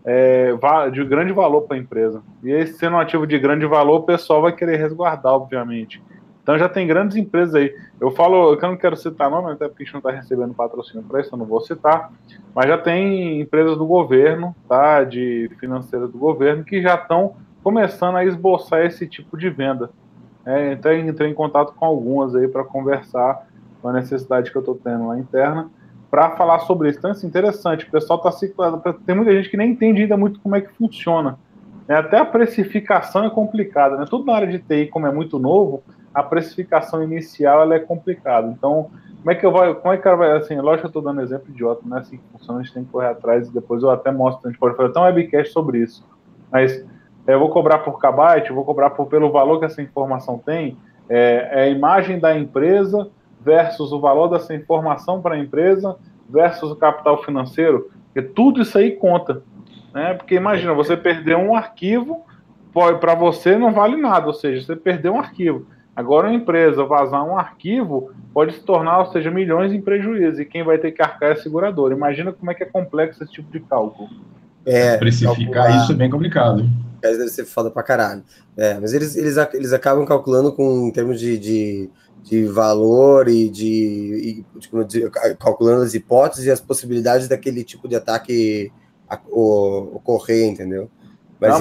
de grande valor para a empresa. E esse sendo um ativo de grande valor, o pessoal vai querer resguardar, obviamente. Então já tem grandes empresas aí. Eu não quero citar nome, até porque a gente não está recebendo patrocínio para isso, eu não vou citar, mas já tem empresas do governo, tá, de financeiras do governo, que já estão começando a esboçar esse tipo de venda. Então entrei em contato com algumas aí para conversar com a necessidade que eu estou tendo lá interna, para falar sobre isso. Então, assim, interessante, o pessoal tem muita gente que nem entende ainda muito como é que funciona. Até a precificação é complicada, né? Tudo na área de TI, como é muito novo, a precificação inicial ela é complicada. Então, como é que o cara vai, assim, lógico que eu estou dando exemplo idiota, não é assim que funciona, a gente tem que correr atrás e depois eu até mostro, a gente pode fazer até um webcast sobre isso. Mas eu vou cobrar por kbyte, eu vou cobrar pelo valor que essa informação tem, a imagem da empresa versus o valor dessa informação para a empresa versus o capital financeiro, porque tudo isso aí conta. Né? Porque imagina, você perder um arquivo, para você não vale nada, ou seja, você perdeu um arquivo. Agora uma empresa vazar um arquivo pode se tornar, ou seja, milhões em prejuízo, e quem vai ter que arcar é a seguradora. Imagina como é que é complexo esse tipo de cálculo. Precificar isso é bem complicado. Deve ser foda pra caralho. Mas eles acabam calculando em termos de valor calculando as hipóteses e as possibilidades daquele tipo de ataque ocorrer, entendeu? Mas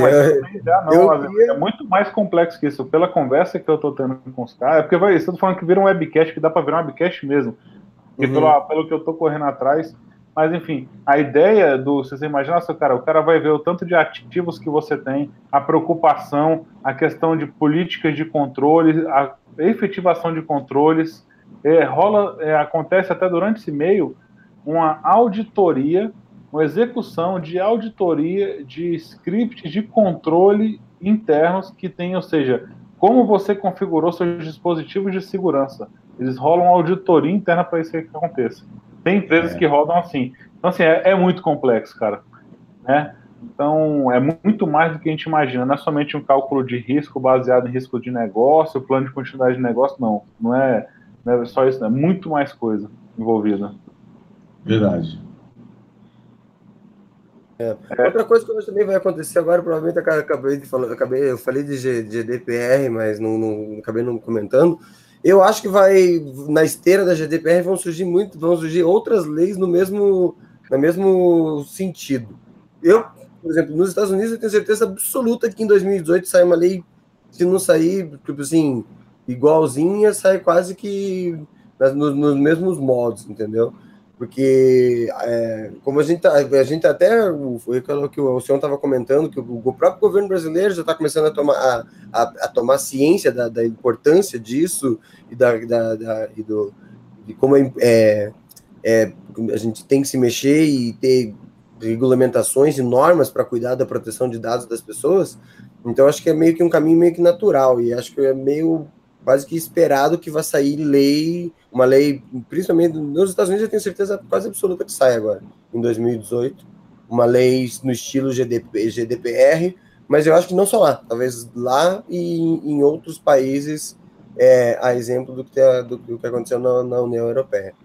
é muito mais complexo que isso. Pela conversa que eu tô tendo com os caras, porque eu tô falando que vira um webcast, que dá para virar um webcast mesmo. E pelo que eu tô correndo atrás. Mas, enfim, a ideia se você imaginar, o cara vai ver o tanto de ativos que você tem, a preocupação, a questão de políticas de controle, a efetivação de controles. Acontece até durante esse meio uma auditoria, uma execução de auditoria de scripts de controle internos que tem, ou seja, como você configurou seus dispositivos de segurança. Eles rolam uma auditoria interna para isso que aconteça. Tem empresas que rodam assim. Então, assim, é muito complexo, cara. Né? Então, é muito mais do que a gente imagina. Não é somente um cálculo de risco baseado em risco de negócio, plano de continuidade de negócio, não. Não é só isso, é muito mais coisa envolvida. Verdade. Outra coisa que também vai acontecer agora, provavelmente eu falei de GDPR, mas acabei não comentando. Eu acho que na esteira da GDPR vão surgir outras leis no mesmo sentido. Por exemplo, nos Estados Unidos eu tenho certeza absoluta que em 2018 sai uma lei, se não sair, tipo assim, igualzinha, sai quase que nos mesmos modos, entendeu? Porque, como a gente até, foi aquilo que o senhor estava comentando, que o próprio governo brasileiro já está começando a tomar ciência da importância disso e de como a gente tem que se mexer e ter regulamentações e normas para cuidar da proteção de dados das pessoas. Então, acho que é meio que um caminho meio que natural, e acho que é meio quase que esperado que vai sair uma lei, principalmente nos Estados Unidos, eu tenho certeza quase absoluta que sai agora, em 2018, uma lei no estilo GDPR, mas eu acho que não só lá, talvez lá e em outros países, a exemplo do que aconteceu na União Europeia.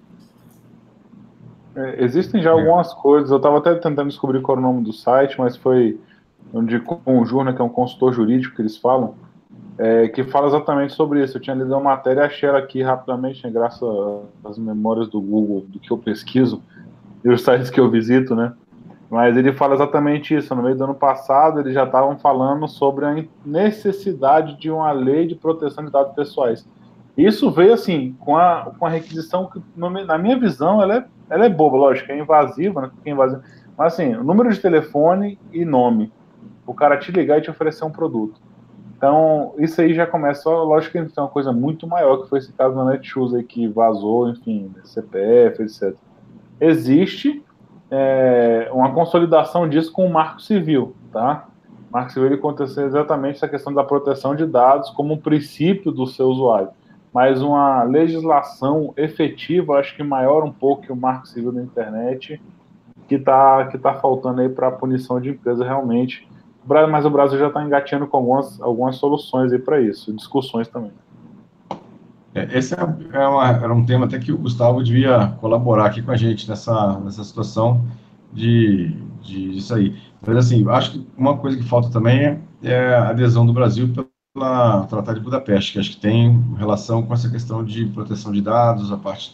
Existem já algumas coisas, eu estava até tentando descobrir qual era o nome do site, mas foi onde com o Jurna, que é um consultor jurídico que eles falam, que fala exatamente sobre isso. Eu tinha lido uma matéria, achei ela aqui rapidamente, né, graças às memórias do Google, do que eu pesquiso, e os sites que eu visito, né? Mas ele fala exatamente isso. No meio do ano passado, eles já estavam falando sobre a necessidade de uma lei de proteção de dados pessoais. Isso veio, assim, com a requisição que, na minha visão, ela é boba, lógico, é invasiva, né? Mas, assim, o número de telefone e nome. O cara te ligar e te oferecer um produto. Então, isso aí já começa, lógico que tem uma coisa muito maior, que foi esse caso da Netshoes aí que vazou, enfim, CPF, etc. Existe uma consolidação disso com o Marco Civil, tá? O Marco Civil, ele aconteceu exatamente essa questão da proteção de dados como um princípio do seu usuário. Mas uma legislação efetiva, acho que maior um pouco que o Marco Civil da internet, que tá faltando aí para a punição de empresa realmente. Mas o Brasil já está engateando com algumas soluções aí para isso, discussões também. Esse era um tema até que o Gustavo devia colaborar aqui com a gente nessa situação de disso aí. Mas, assim, acho que uma coisa que falta também é a adesão do Brasil pela Tratado de Budapeste, que acho que tem relação com essa questão de proteção de dados, a parte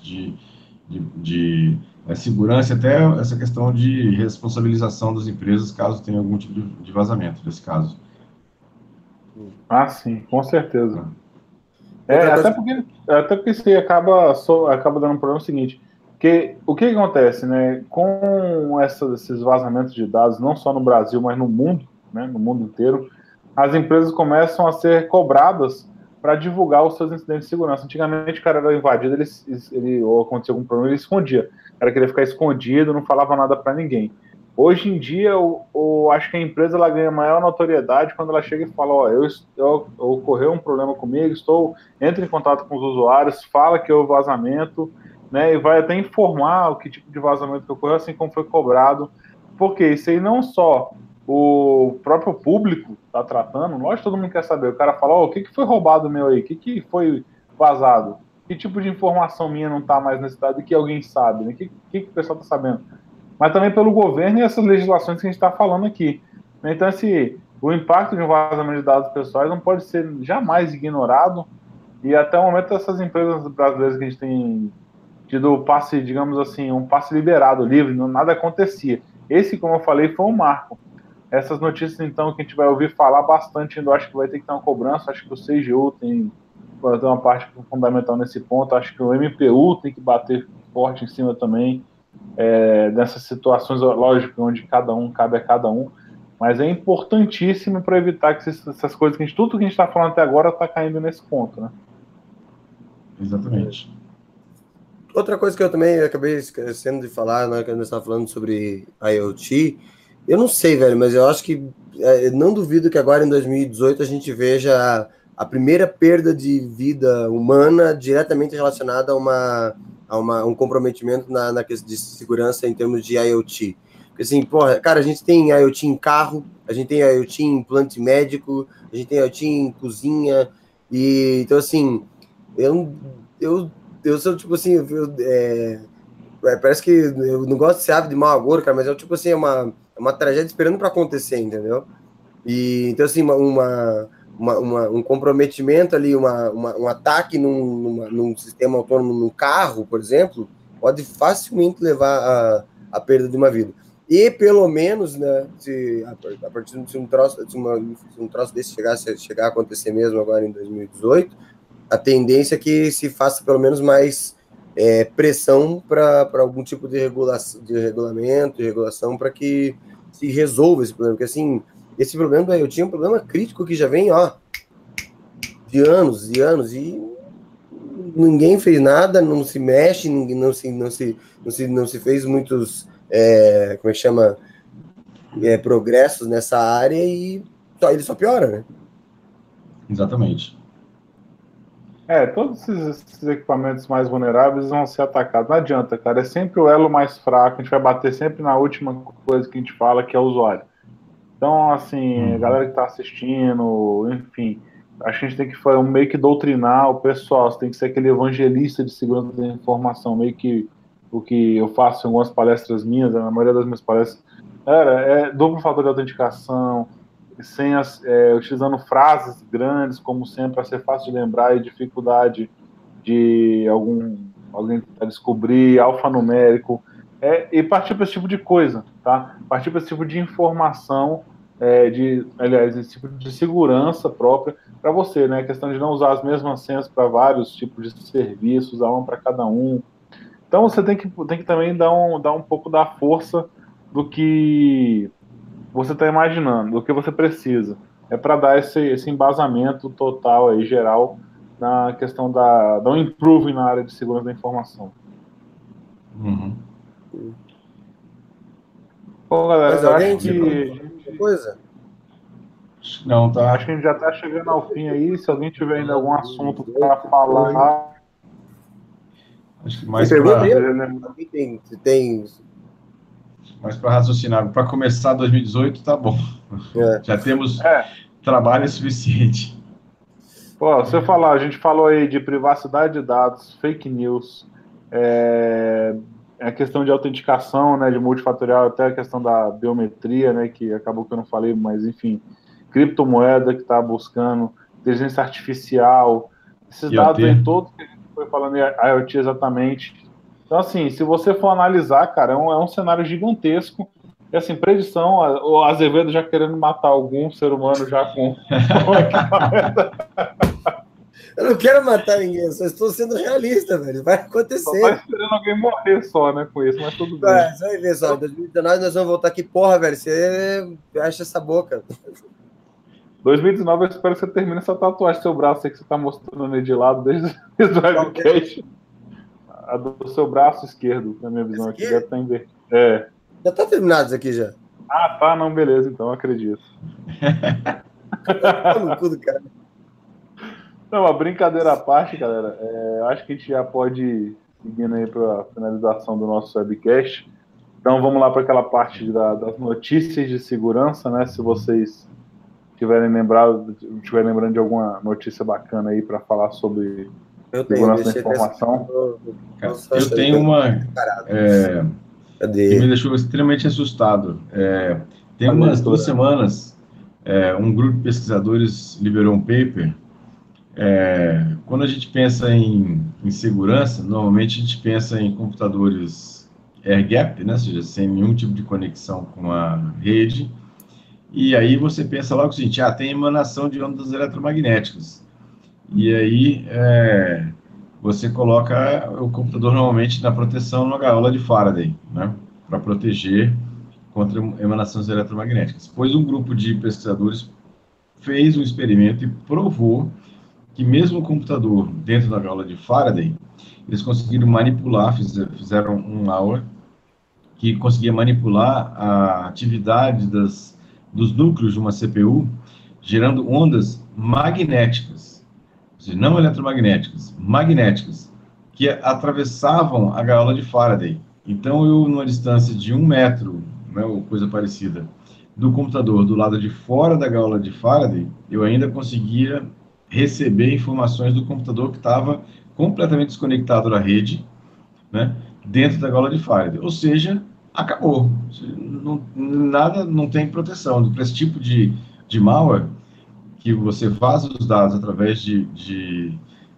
de segurança, até essa questão de responsabilização das empresas caso tenha algum tipo de vazamento, nesse caso. Ah, sim, com certeza. Outra coisa Até porque isso aí acaba dando um problema seguinte, que o que acontece, né, com esses vazamentos de dados, não só no Brasil, mas no mundo, né, no mundo inteiro, as empresas começam a ser cobradas para divulgar os seus incidentes de segurança. Antigamente, o cara era invadido, ou acontecia algum problema, ele escondia. O cara queria ficar escondido, não falava nada para ninguém. Hoje em dia, eu acho que a empresa ela ganha maior notoriedade quando ela chega e fala, ocorreu um problema comigo, entra em contato com os usuários, fala que houve vazamento, né, e vai até informar o que tipo de vazamento que ocorreu, assim como foi cobrado. Porque isso aí não só o próprio público está tratando, lógico, todo mundo quer saber. O cara fala, o que foi roubado meu aí? O que foi vazado? Que tipo de informação minha não está mais nesse dado e que alguém sabe? Né? O que o pessoal está sabendo? Mas também pelo governo e essas legislações que a gente está falando aqui. Então, o impacto de um vazamento de dados pessoais não pode ser jamais ignorado, e até o momento essas empresas brasileiras que a gente tem tido passe, digamos assim, um passe liberado, livre, nada acontecia. Esse, como eu falei, foi um marco. Essas notícias, então, que a gente vai ouvir falar bastante, eu acho que vai ter que ter uma cobrança, acho que o CGU tem uma parte fundamental nesse ponto, acho que o MPU tem que bater forte em cima também, nessas situações, lógico, onde cabe a cada um, mas é importantíssimo para evitar que essas coisas, tudo que a gente está falando até agora está caindo nesse ponto, né? Exatamente. Outra coisa que eu também acabei esquecendo de falar, né, quando eu estava falando sobre IoT, eu não sei, velho, mas eu acho que não duvido que agora em 2018 a gente veja a primeira perda de vida humana diretamente relacionada a um comprometimento na questão de segurança em termos de IoT. Porque assim, porra, cara, a gente tem IoT em carro, a gente tem IoT em implante médico, a gente tem IoT em cozinha, e então assim, eu sou tipo assim, parece que eu não gosto de ser ave de mau agouro, cara, mas é tipo assim, é uma tragédia esperando para acontecer, entendeu? E então assim, um comprometimento ali, um ataque num sistema autônomo no carro, por exemplo, pode facilmente levar a perda de uma vida. E pelo menos, né, a partir de um troço desse chegar a acontecer mesmo agora em 2018, a tendência é que se faça pelo menos mais pressão para algum tipo de regulamento, de regulação, para que se resolva esse problema. Porque assim, esse problema eu tinha um problema crítico que já vem de anos e anos, e ninguém fez nada, não se mexe, não se fez muitos como é que chama, progressos nessa área, e ele só piora, né? Exatamente. Todos esses equipamentos mais vulneráveis vão ser atacados. Não adianta, cara. É sempre o elo mais fraco. A gente vai bater sempre na última coisa que a gente fala, que é o usuário. Então, assim, a galera que está assistindo, enfim, acho que a gente tem que meio que doutrinar o pessoal. Você tem que ser aquele evangelista de segurança da informação, meio que o que eu faço em algumas palestras minhas, na maioria das minhas palestras. Cara, duplo fator de autenticação, utilizando frases grandes, como sempre, para ser fácil de lembrar, e dificuldade de alguém descobrir, alfanumérico, e partir para esse tipo de coisa, tá? Partir para esse tipo de informação, esse tipo de segurança própria para você, né? A questão de não usar as mesmas senhas para vários tipos de serviços, usar uma para cada um. Então você tem que também dar um pouco da força do que você está imaginando, do que você precisa. É para dar esse embasamento total aí, geral, na questão da um improving na área de segurança da informação. Uhum. Bom, galera, Mas alguém tinha coisa? Não, tá. Acho que a gente já está chegando ao fim aí. Se alguém tiver ainda algum assunto para falar... Acho que mais para... Tem... Mais para raciocinar. Para começar 2018, tá bom. Já temos trabalho suficiente. Pô, você falar, a gente falou aí de privacidade de dados, fake news, a questão de autenticação, né, de multifatorial, até a questão da biometria, né, que acabou que eu não falei, mas enfim, criptomoeda que está buscando, inteligência artificial, esses dados IoT. aí todos que a gente foi falando, IoT exatamente. Então, assim, se você for analisar, cara, é um cenário gigantesco. E, assim, predição, o Azevedo já querendo matar algum ser humano já com equipamento. Eu não quero matar ninguém, eu só estou sendo realista, velho. Vai Só acontecer. tá esperando alguém morrer só, né, com isso, mas tudo bem. Você vai ver só, em 2019 nós vamos voltar aqui, porra, velho, você acha essa boca. 2019 eu espero que você termine essa tatuagem do seu braço aí que você tá mostrando aí de lado desde o webcast. A do seu braço esquerdo, na minha visão aqui, deve estar invertido. É. Já tá terminado isso aqui já. Ah, tá, não, beleza, então acredito. No cu do cara. Não, a brincadeira à parte, galera, acho que a gente já pode ir seguindo aí para a finalização do nosso webcast. Então vamos lá para aquela parte das notícias de segurança, né? Se vocês estiverem lembrando de alguma notícia bacana aí para falar sobre segurança da informação. Eu tenho uma que me deixou extremamente assustado. Tem umas 2 semanas, um grupo de pesquisadores liberou um paper. Quando a gente pensa em segurança, normalmente a gente pensa em computadores air-gap, né? Ou seja, sem nenhum tipo de conexão com a rede. E aí você pensa logo o seguinte, tem emanação de ondas eletromagnéticas. E aí você coloca o computador normalmente na proteção numa gaiola de Faraday, né? Para proteger contra emanações eletromagnéticas. Pois um grupo de pesquisadores fez um experimento e provou que mesmo o computador dentro da gaiola de Faraday, eles conseguiram manipular, fizeram um malware que conseguia manipular a atividade dos núcleos de uma CPU, gerando ondas magnéticas, ou seja, não eletromagnéticas, magnéticas, que atravessavam a gaiola de Faraday. Então, eu, numa distância de 1 metro, né, ou coisa parecida, do computador do lado de fora da gaiola de Faraday, eu ainda conseguia receber informações do computador que estava completamente desconectado da rede, né, dentro da gaiola de Faraday. Ou seja, acabou. Não tem proteção. Para esse tipo de malware, que você vaza os dados através de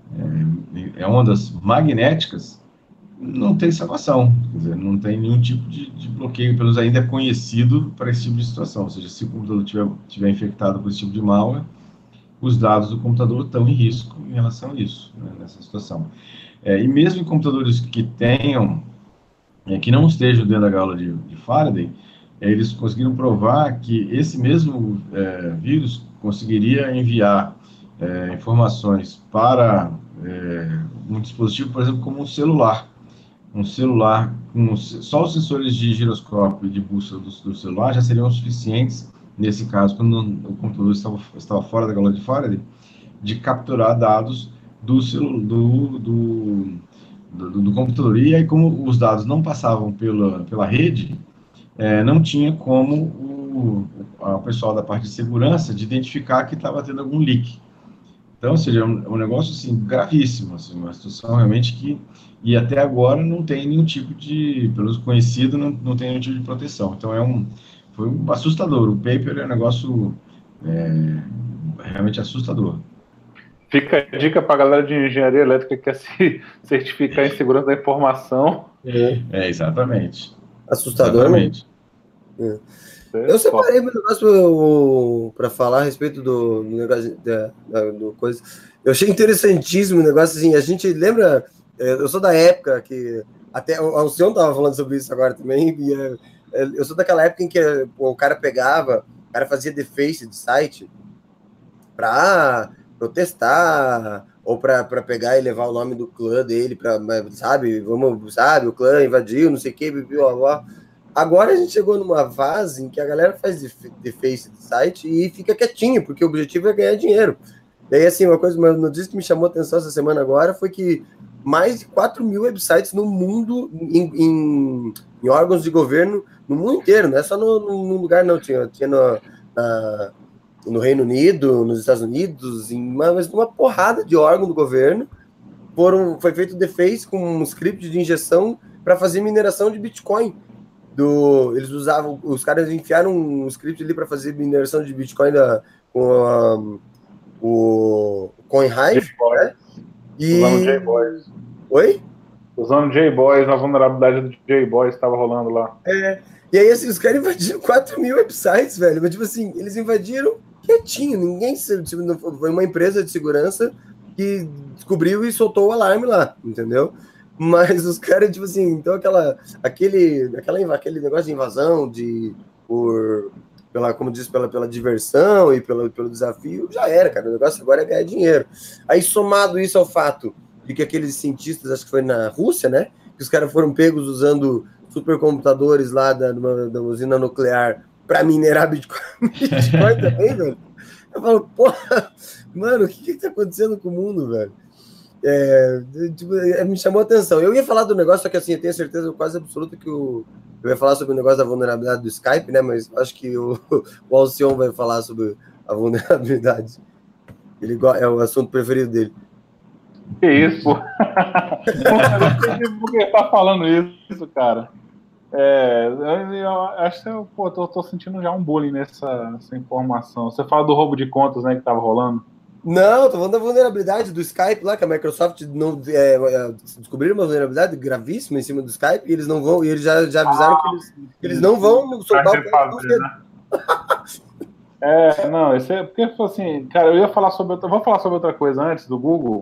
ondas magnéticas, não tem salvação. Quer dizer, não tem nenhum tipo de bloqueio, pelo menos ainda é conhecido para esse tipo de situação. Ou seja, se o computador estiver infectado por esse tipo de malware, os dados do computador estão em risco em relação a isso, né, nessa situação. E mesmo em computadores que tenham, que não estejam dentro da gaiola de Faraday, eles conseguiram provar que esse mesmo vírus conseguiria enviar informações para um dispositivo, por exemplo, como um celular. Um celular, só os sensores de giroscópio e de bússola do celular já seriam suficientes, nesse caso, quando o computador estava fora da gaiola de Faraday, de capturar dados do computador. E aí, como os dados não passavam pela rede, não tinha como o pessoal da parte de segurança de identificar que estava tendo algum leak. Então, ou seja, é um negócio assim, gravíssimo, assim, uma situação realmente que, e até agora não tem nenhum tipo de, pelo menos conhecido, não tem nenhum tipo de proteção. Então, foi assustador. O paper é um negócio realmente assustador. Fica a dica para a galera de engenharia elétrica que quer se certificar em segurança da informação. Exatamente. Assustador, exatamente. Né? Eu separei meu negócio para falar a respeito do negócio do coisa. Eu achei interessantíssimo o negócio, assim, a gente lembra, eu sou da época que, até o Alcion estava falando sobre isso agora também, e eu sou daquela época em que o cara fazia deface de site para protestar, ou para pegar e levar o nome do clã dele, sabe, o clã invadiu, não sei o que, blá, blá. Agora a gente chegou numa fase em que a galera faz deface de site e fica quietinho, porque o objetivo é ganhar dinheiro. E aí, assim, uma notícia que me chamou a atenção essa semana agora foi que mais de 4 mil websites no mundo, em órgãos de governo, no mundo inteiro, não é só no lugar, não. Tinha no Reino Unido, nos Estados Unidos, mas numa porrada de órgão do governo, foi feito deface com um script de injeção para fazer mineração de Bitcoin. Eles usavam, os caras enfiaram um script ali para fazer mineração de Bitcoin com o CoinHive, né? Usando J-Boys. Oi? Usando J-Boys, a vulnerabilidade do J-Boys estava rolando lá. E aí, assim, os caras invadiram 4.000 websites, velho. Mas, tipo assim, eles invadiram quietinho. Ninguém... Foi uma empresa de segurança que descobriu e soltou o alarme lá, entendeu? Mas os caras, tipo assim, então aquele negócio de invasão, como diz, pela diversão e pelo desafio, já era, cara. O negócio agora é ganhar dinheiro. Aí, somado isso ao fato de que aqueles cientistas, acho que foi na Rússia, né? Que os caras foram pegos usando supercomputadores lá da usina nuclear para minerar Bitcoin também, velho. Eu falo, porra, mano, o que tá acontecendo com o mundo, velho? Me chamou a atenção. Eu ia falar do negócio, só que assim, eu tenho certeza quase absoluta que eu ia falar sobre o negócio da vulnerabilidade do Skype, né? Mas acho que o Alcion vai falar sobre a vulnerabilidade. É o assunto preferido dele. Que isso, pô? Eu não entendi por que tá falando isso, cara. Eu acho que eu tô sentindo já um bullying nessa informação. Você fala do roubo de contas, né, que tava rolando? Não, tô falando da vulnerabilidade do Skype lá, que a Microsoft descobriram uma vulnerabilidade gravíssima em cima do Skype e eles não vão, e eles já avisaram que eles não vão soltar o fazer, né? Não, isso é porque assim, cara, eu vou falar sobre outra coisa antes do Google,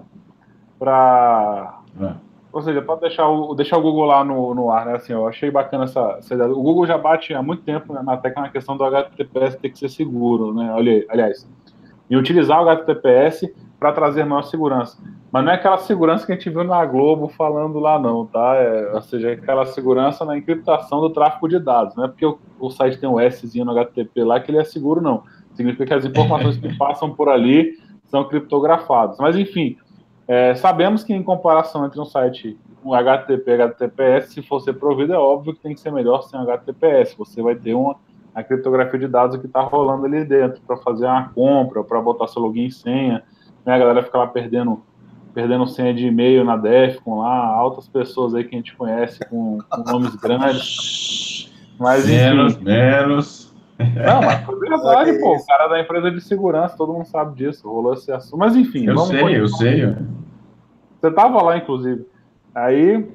ou seja, para deixar o Google lá no ar, né? Assim, eu achei bacana essa ideia. O Google já bate há muito tempo, né, na tecla na questão do HTTPS ter que ser seguro, né? Aliás, e utilizar o HTTPS para trazer maior segurança. Mas não é aquela segurança que a gente viu na Globo falando lá, não, tá? Ou seja, aquela segurança na encriptação do tráfego de dados. Não é porque o site tem um Szinho no HTTP lá que ele é seguro, não. Significa que as informações que passam por ali são criptografadas. Mas, enfim, sabemos que em comparação entre um site, um HTTP e HTTPS, se for ser provido, é óbvio que tem que ser melhor sem HTTPS. Você vai ter a criptografia de dados que está rolando ali dentro, para fazer uma compra, para botar seu login e senha, né? A galera fica lá perdendo senha de e-mail na Defcon lá, altas pessoas aí que a gente conhece com nomes grandes. Mas, menos. Não, mas foi verdade, pô. O cara da empresa de segurança, todo mundo sabe disso, rolou esse assunto. Mas, enfim. Eu sei. Você estava lá, inclusive. Aí,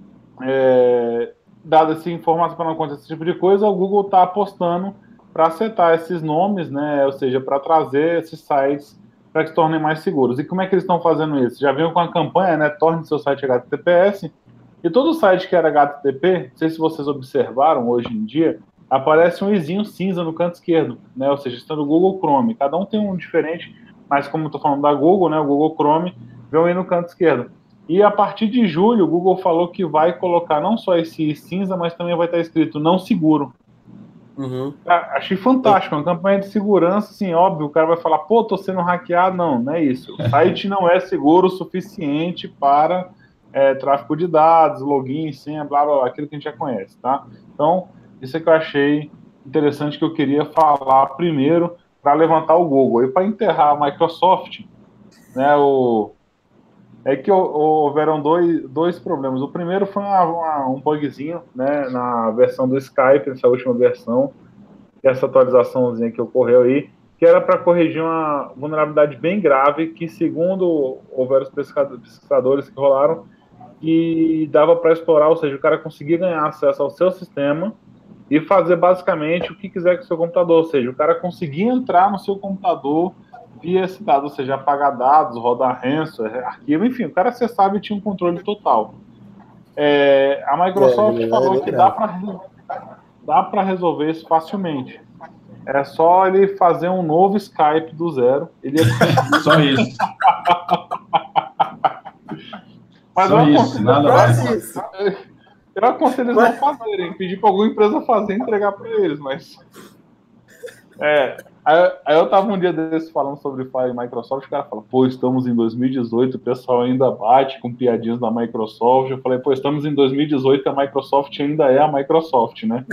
dada essa informação para não acontecer esse tipo de coisa, o Google está apostando para acertar esses nomes, né? Ou seja, para trazer esses sites para que se tornem mais seguros. E como é que eles estão fazendo isso? Já viram com a campanha, né? Torne seu site HTTPS. E todo site que era HTTP, não sei se vocês observaram hoje em dia, aparece um izinho cinza no canto esquerdo, né? Ou seja, está no Google Chrome. Cada um tem um diferente, mas como eu estou falando da Google, né? O Google Chrome vem aí no canto esquerdo. E a partir de julho, o Google falou que vai colocar não só esse cinza, mas também vai estar escrito não seguro. Uhum. Achei fantástico, uma campanha de segurança, assim, óbvio, o cara vai falar, pô, tô sendo hackeado. Não é isso. O site não é seguro o suficiente para tráfego de dados, login, senha, blá, blá, blá, aquilo que a gente já conhece, tá? Então, isso é que eu achei interessante, que eu queria falar primeiro para levantar o Google. E para enterrar a Microsoft, né, é que houveram dois problemas. O primeiro foi um bugzinho, né, na versão do Skype, essa última versão, essa atualizaçãozinha que ocorreu aí, que era para corrigir uma vulnerabilidade bem grave, que segundo houveram os pesquisadores que rolaram, que dava para explorar, ou seja, o cara conseguia ganhar acesso ao seu sistema e fazer basicamente o que quiser com o seu computador, ou seja, o cara conseguia entrar no seu computador via esse dado, ou seja, apagar dados, rodar ransomware, arquivo, enfim, o cara acessava e tinha um controle total. A Microsoft falou que dá para resolver isso facilmente. É só ele fazer um novo Skype do zero. Ele ia... Só isso. Mas só isso, nada mais. Eu aconselho eles não fazerem, pedir para alguma empresa fazer e entregar para eles, mas... Aí eu tava um dia desses falando sobre Fire e Microsoft, o cara fala, pô, estamos em 2018, o pessoal ainda bate com piadinhas da Microsoft. Eu falei, pô, estamos em 2018 e a Microsoft ainda é a Microsoft, né?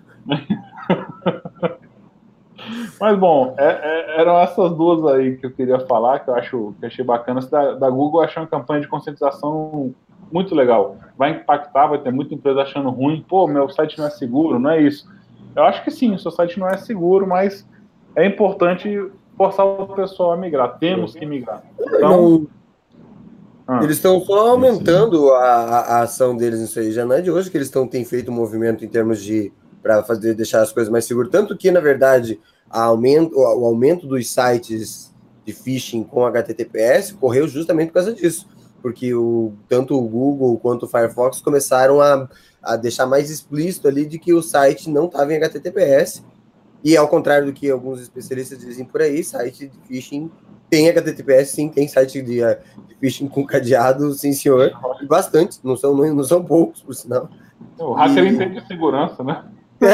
Mas, bom, eram essas duas aí que eu queria falar, que eu achei bacana. Da Google, eu achei uma campanha de conscientização muito legal. Vai impactar, vai ter muita empresa achando ruim. Pô, meu site não é seguro, não é isso. Eu acho que sim, o seu site não é seguro, mas é importante forçar o pessoal a migrar. Temos que migrar. Então, eles estão só aumentando a ação deles nisso aí. Já não é de hoje que eles têm feito um movimento em termos de para deixar as coisas mais seguras. Tanto que, na verdade, o aumento dos sites de phishing com HTTPS ocorreu justamente por causa disso. Porque tanto o Google quanto o Firefox começaram a deixar mais explícito ali de que o site não estava em HTTPS. E ao contrário do que alguns especialistas dizem por aí, site de phishing tem HTTPS, sim, tem site de phishing com cadeado, sim, senhor. E bastante, não são poucos, por sinal. O hacker entende de segurança, né?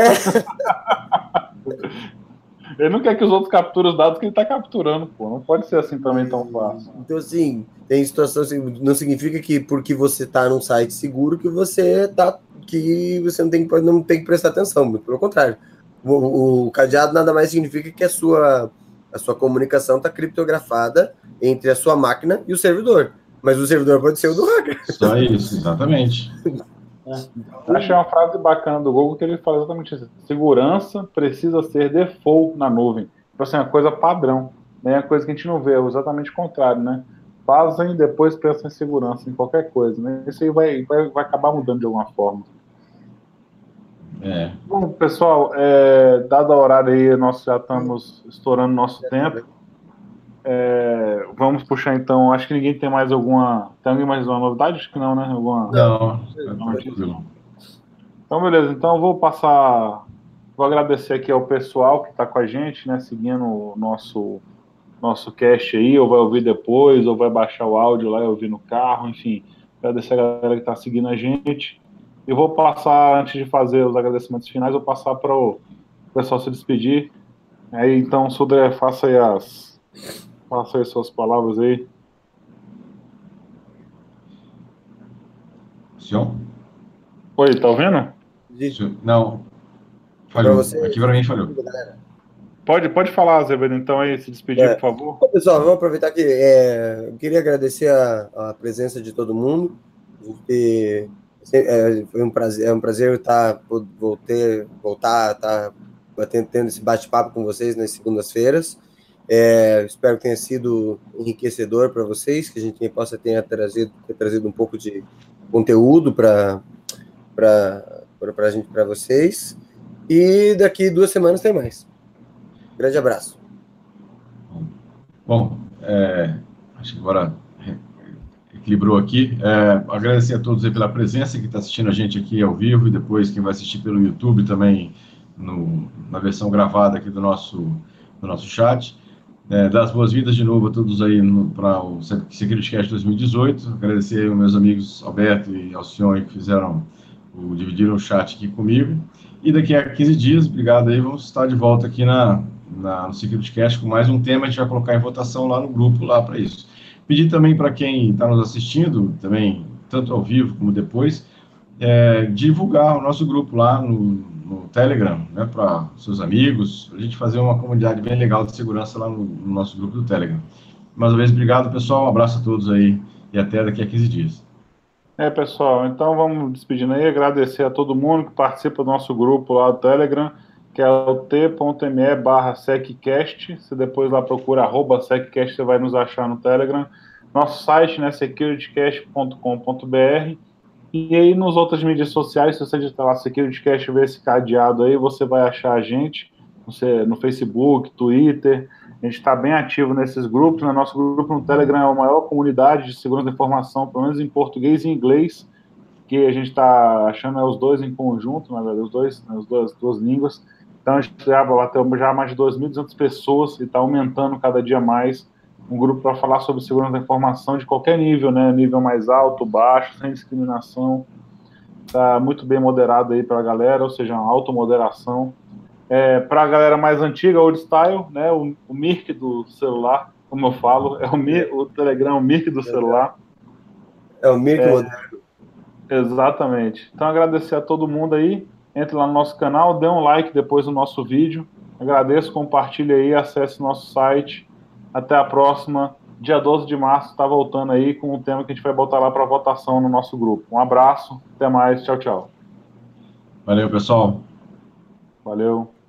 Ele não quer que os outros capturem os dados que ele está capturando, pô. Não pode ser assim também tão fácil. Então, assim, tem situação assim, não significa que porque você está num site seguro que você não tem que prestar atenção, muito pelo contrário. O cadeado nada mais significa que a sua comunicação está criptografada entre a sua máquina e o servidor. Mas o servidor pode ser o do hacker. Só isso, exatamente. Achei uma frase bacana do Google que ele fala exatamente isso. Segurança precisa ser default na nuvem. Então, assim, é uma coisa padrão. Né? É uma coisa que a gente não vê, é exatamente o contrário, né? Fazem e depois pensam em segurança, em qualquer coisa. Né? Isso aí vai acabar mudando de alguma forma. Bom, pessoal, dado a horário aí, nós já estamos estourando nosso tempo. Vamos puxar então. Acho que ninguém tem mais alguma. Tem alguém mais uma novidade? Acho que não, né? Não. Então, beleza. Então, eu vou agradecer aqui ao pessoal que está com a gente, né? Seguindo o nosso cast aí, ou vai ouvir depois, ou vai baixar o áudio lá e ouvir no carro, enfim. Agradecer a galera que está seguindo a gente. Eu vou passar, antes de fazer os agradecimentos finais, vou passar para o pessoal se despedir. Aí, então, Sudré, faça aí suas palavras aí. Senhor? Oi, tá ouvindo? Não. Falhou. Aqui para mim falhou. Pode falar, Azevedo, então aí, se despedir, por favor. Bom, pessoal, vamos aproveitar que eu queria agradecer a presença de todo mundo. Foi um prazer voltar a estar tendo esse bate-papo com vocês nas segundas-feiras. Espero que tenha sido enriquecedor para vocês, que a gente possa ter trazido um pouco de conteúdo para vocês. E daqui 2 semanas tem mais. Grande abraço. Bom, acho que agora equilibrou aqui. Agradecer a todos aí pela presença, que está assistindo a gente aqui ao vivo, e depois quem vai assistir pelo YouTube também, na versão gravada aqui do nosso chat. Dar as boas-vindas de novo a todos aí para o SecurityCast 2018. Agradecer aí aos meus amigos Alberto e Alcione que dividiram o chat aqui comigo. E daqui a 15 dias, obrigado aí, vamos estar de volta aqui no SecurityCast com mais um tema. A gente vai colocar em votação lá no grupo, lá para isso. Pedir também para quem está nos assistindo, também, tanto ao vivo como depois, divulgar o nosso grupo lá no Telegram, né, para seus amigos, para a gente fazer uma comunidade bem legal de segurança lá no nosso grupo do Telegram. Mais uma vez, obrigado, pessoal, um abraço a todos aí e até daqui a 15 dias. Pessoal, então vamos despedindo aí, agradecer a todo mundo que participa do nosso grupo lá do Telegram, que é o t.me/seccast. Você depois lá procura @seccast, você vai nos achar no Telegram. Nosso site, né, securitycast.com.br. E aí, nas outras mídias sociais, se você digitar lá SecurityCast e ver esse cadeado aí, você vai achar a gente no Facebook, Twitter. A gente está bem ativo nesses grupos, né? Nosso grupo no Telegram é a maior comunidade de segurança da informação, pelo menos em português e inglês, que a gente está achando os dois em conjunto, na verdade, as duas línguas. Então, a gente já bateu mais de 2.200 pessoas e está aumentando cada dia mais um grupo para falar sobre segurança da informação de qualquer nível, né? Nível mais alto, baixo, sem discriminação. Está muito bem moderado aí para a galera, ou seja, uma automoderação. Para a galera mais antiga, old style, né? O Mirk do celular, como eu falo, o Telegram, o Mirk do celular. É o Mirk moderno. Exatamente. Então, agradecer a todo mundo aí. Entre lá no nosso canal, dê um like depois do nosso vídeo. Agradeço, compartilhe aí, acesse nosso site. Até a próxima dia 12 de março está voltando aí com um tema que a gente vai botar lá para votação no nosso grupo. Um abraço, até mais, tchau, tchau. Valeu, pessoal. Valeu.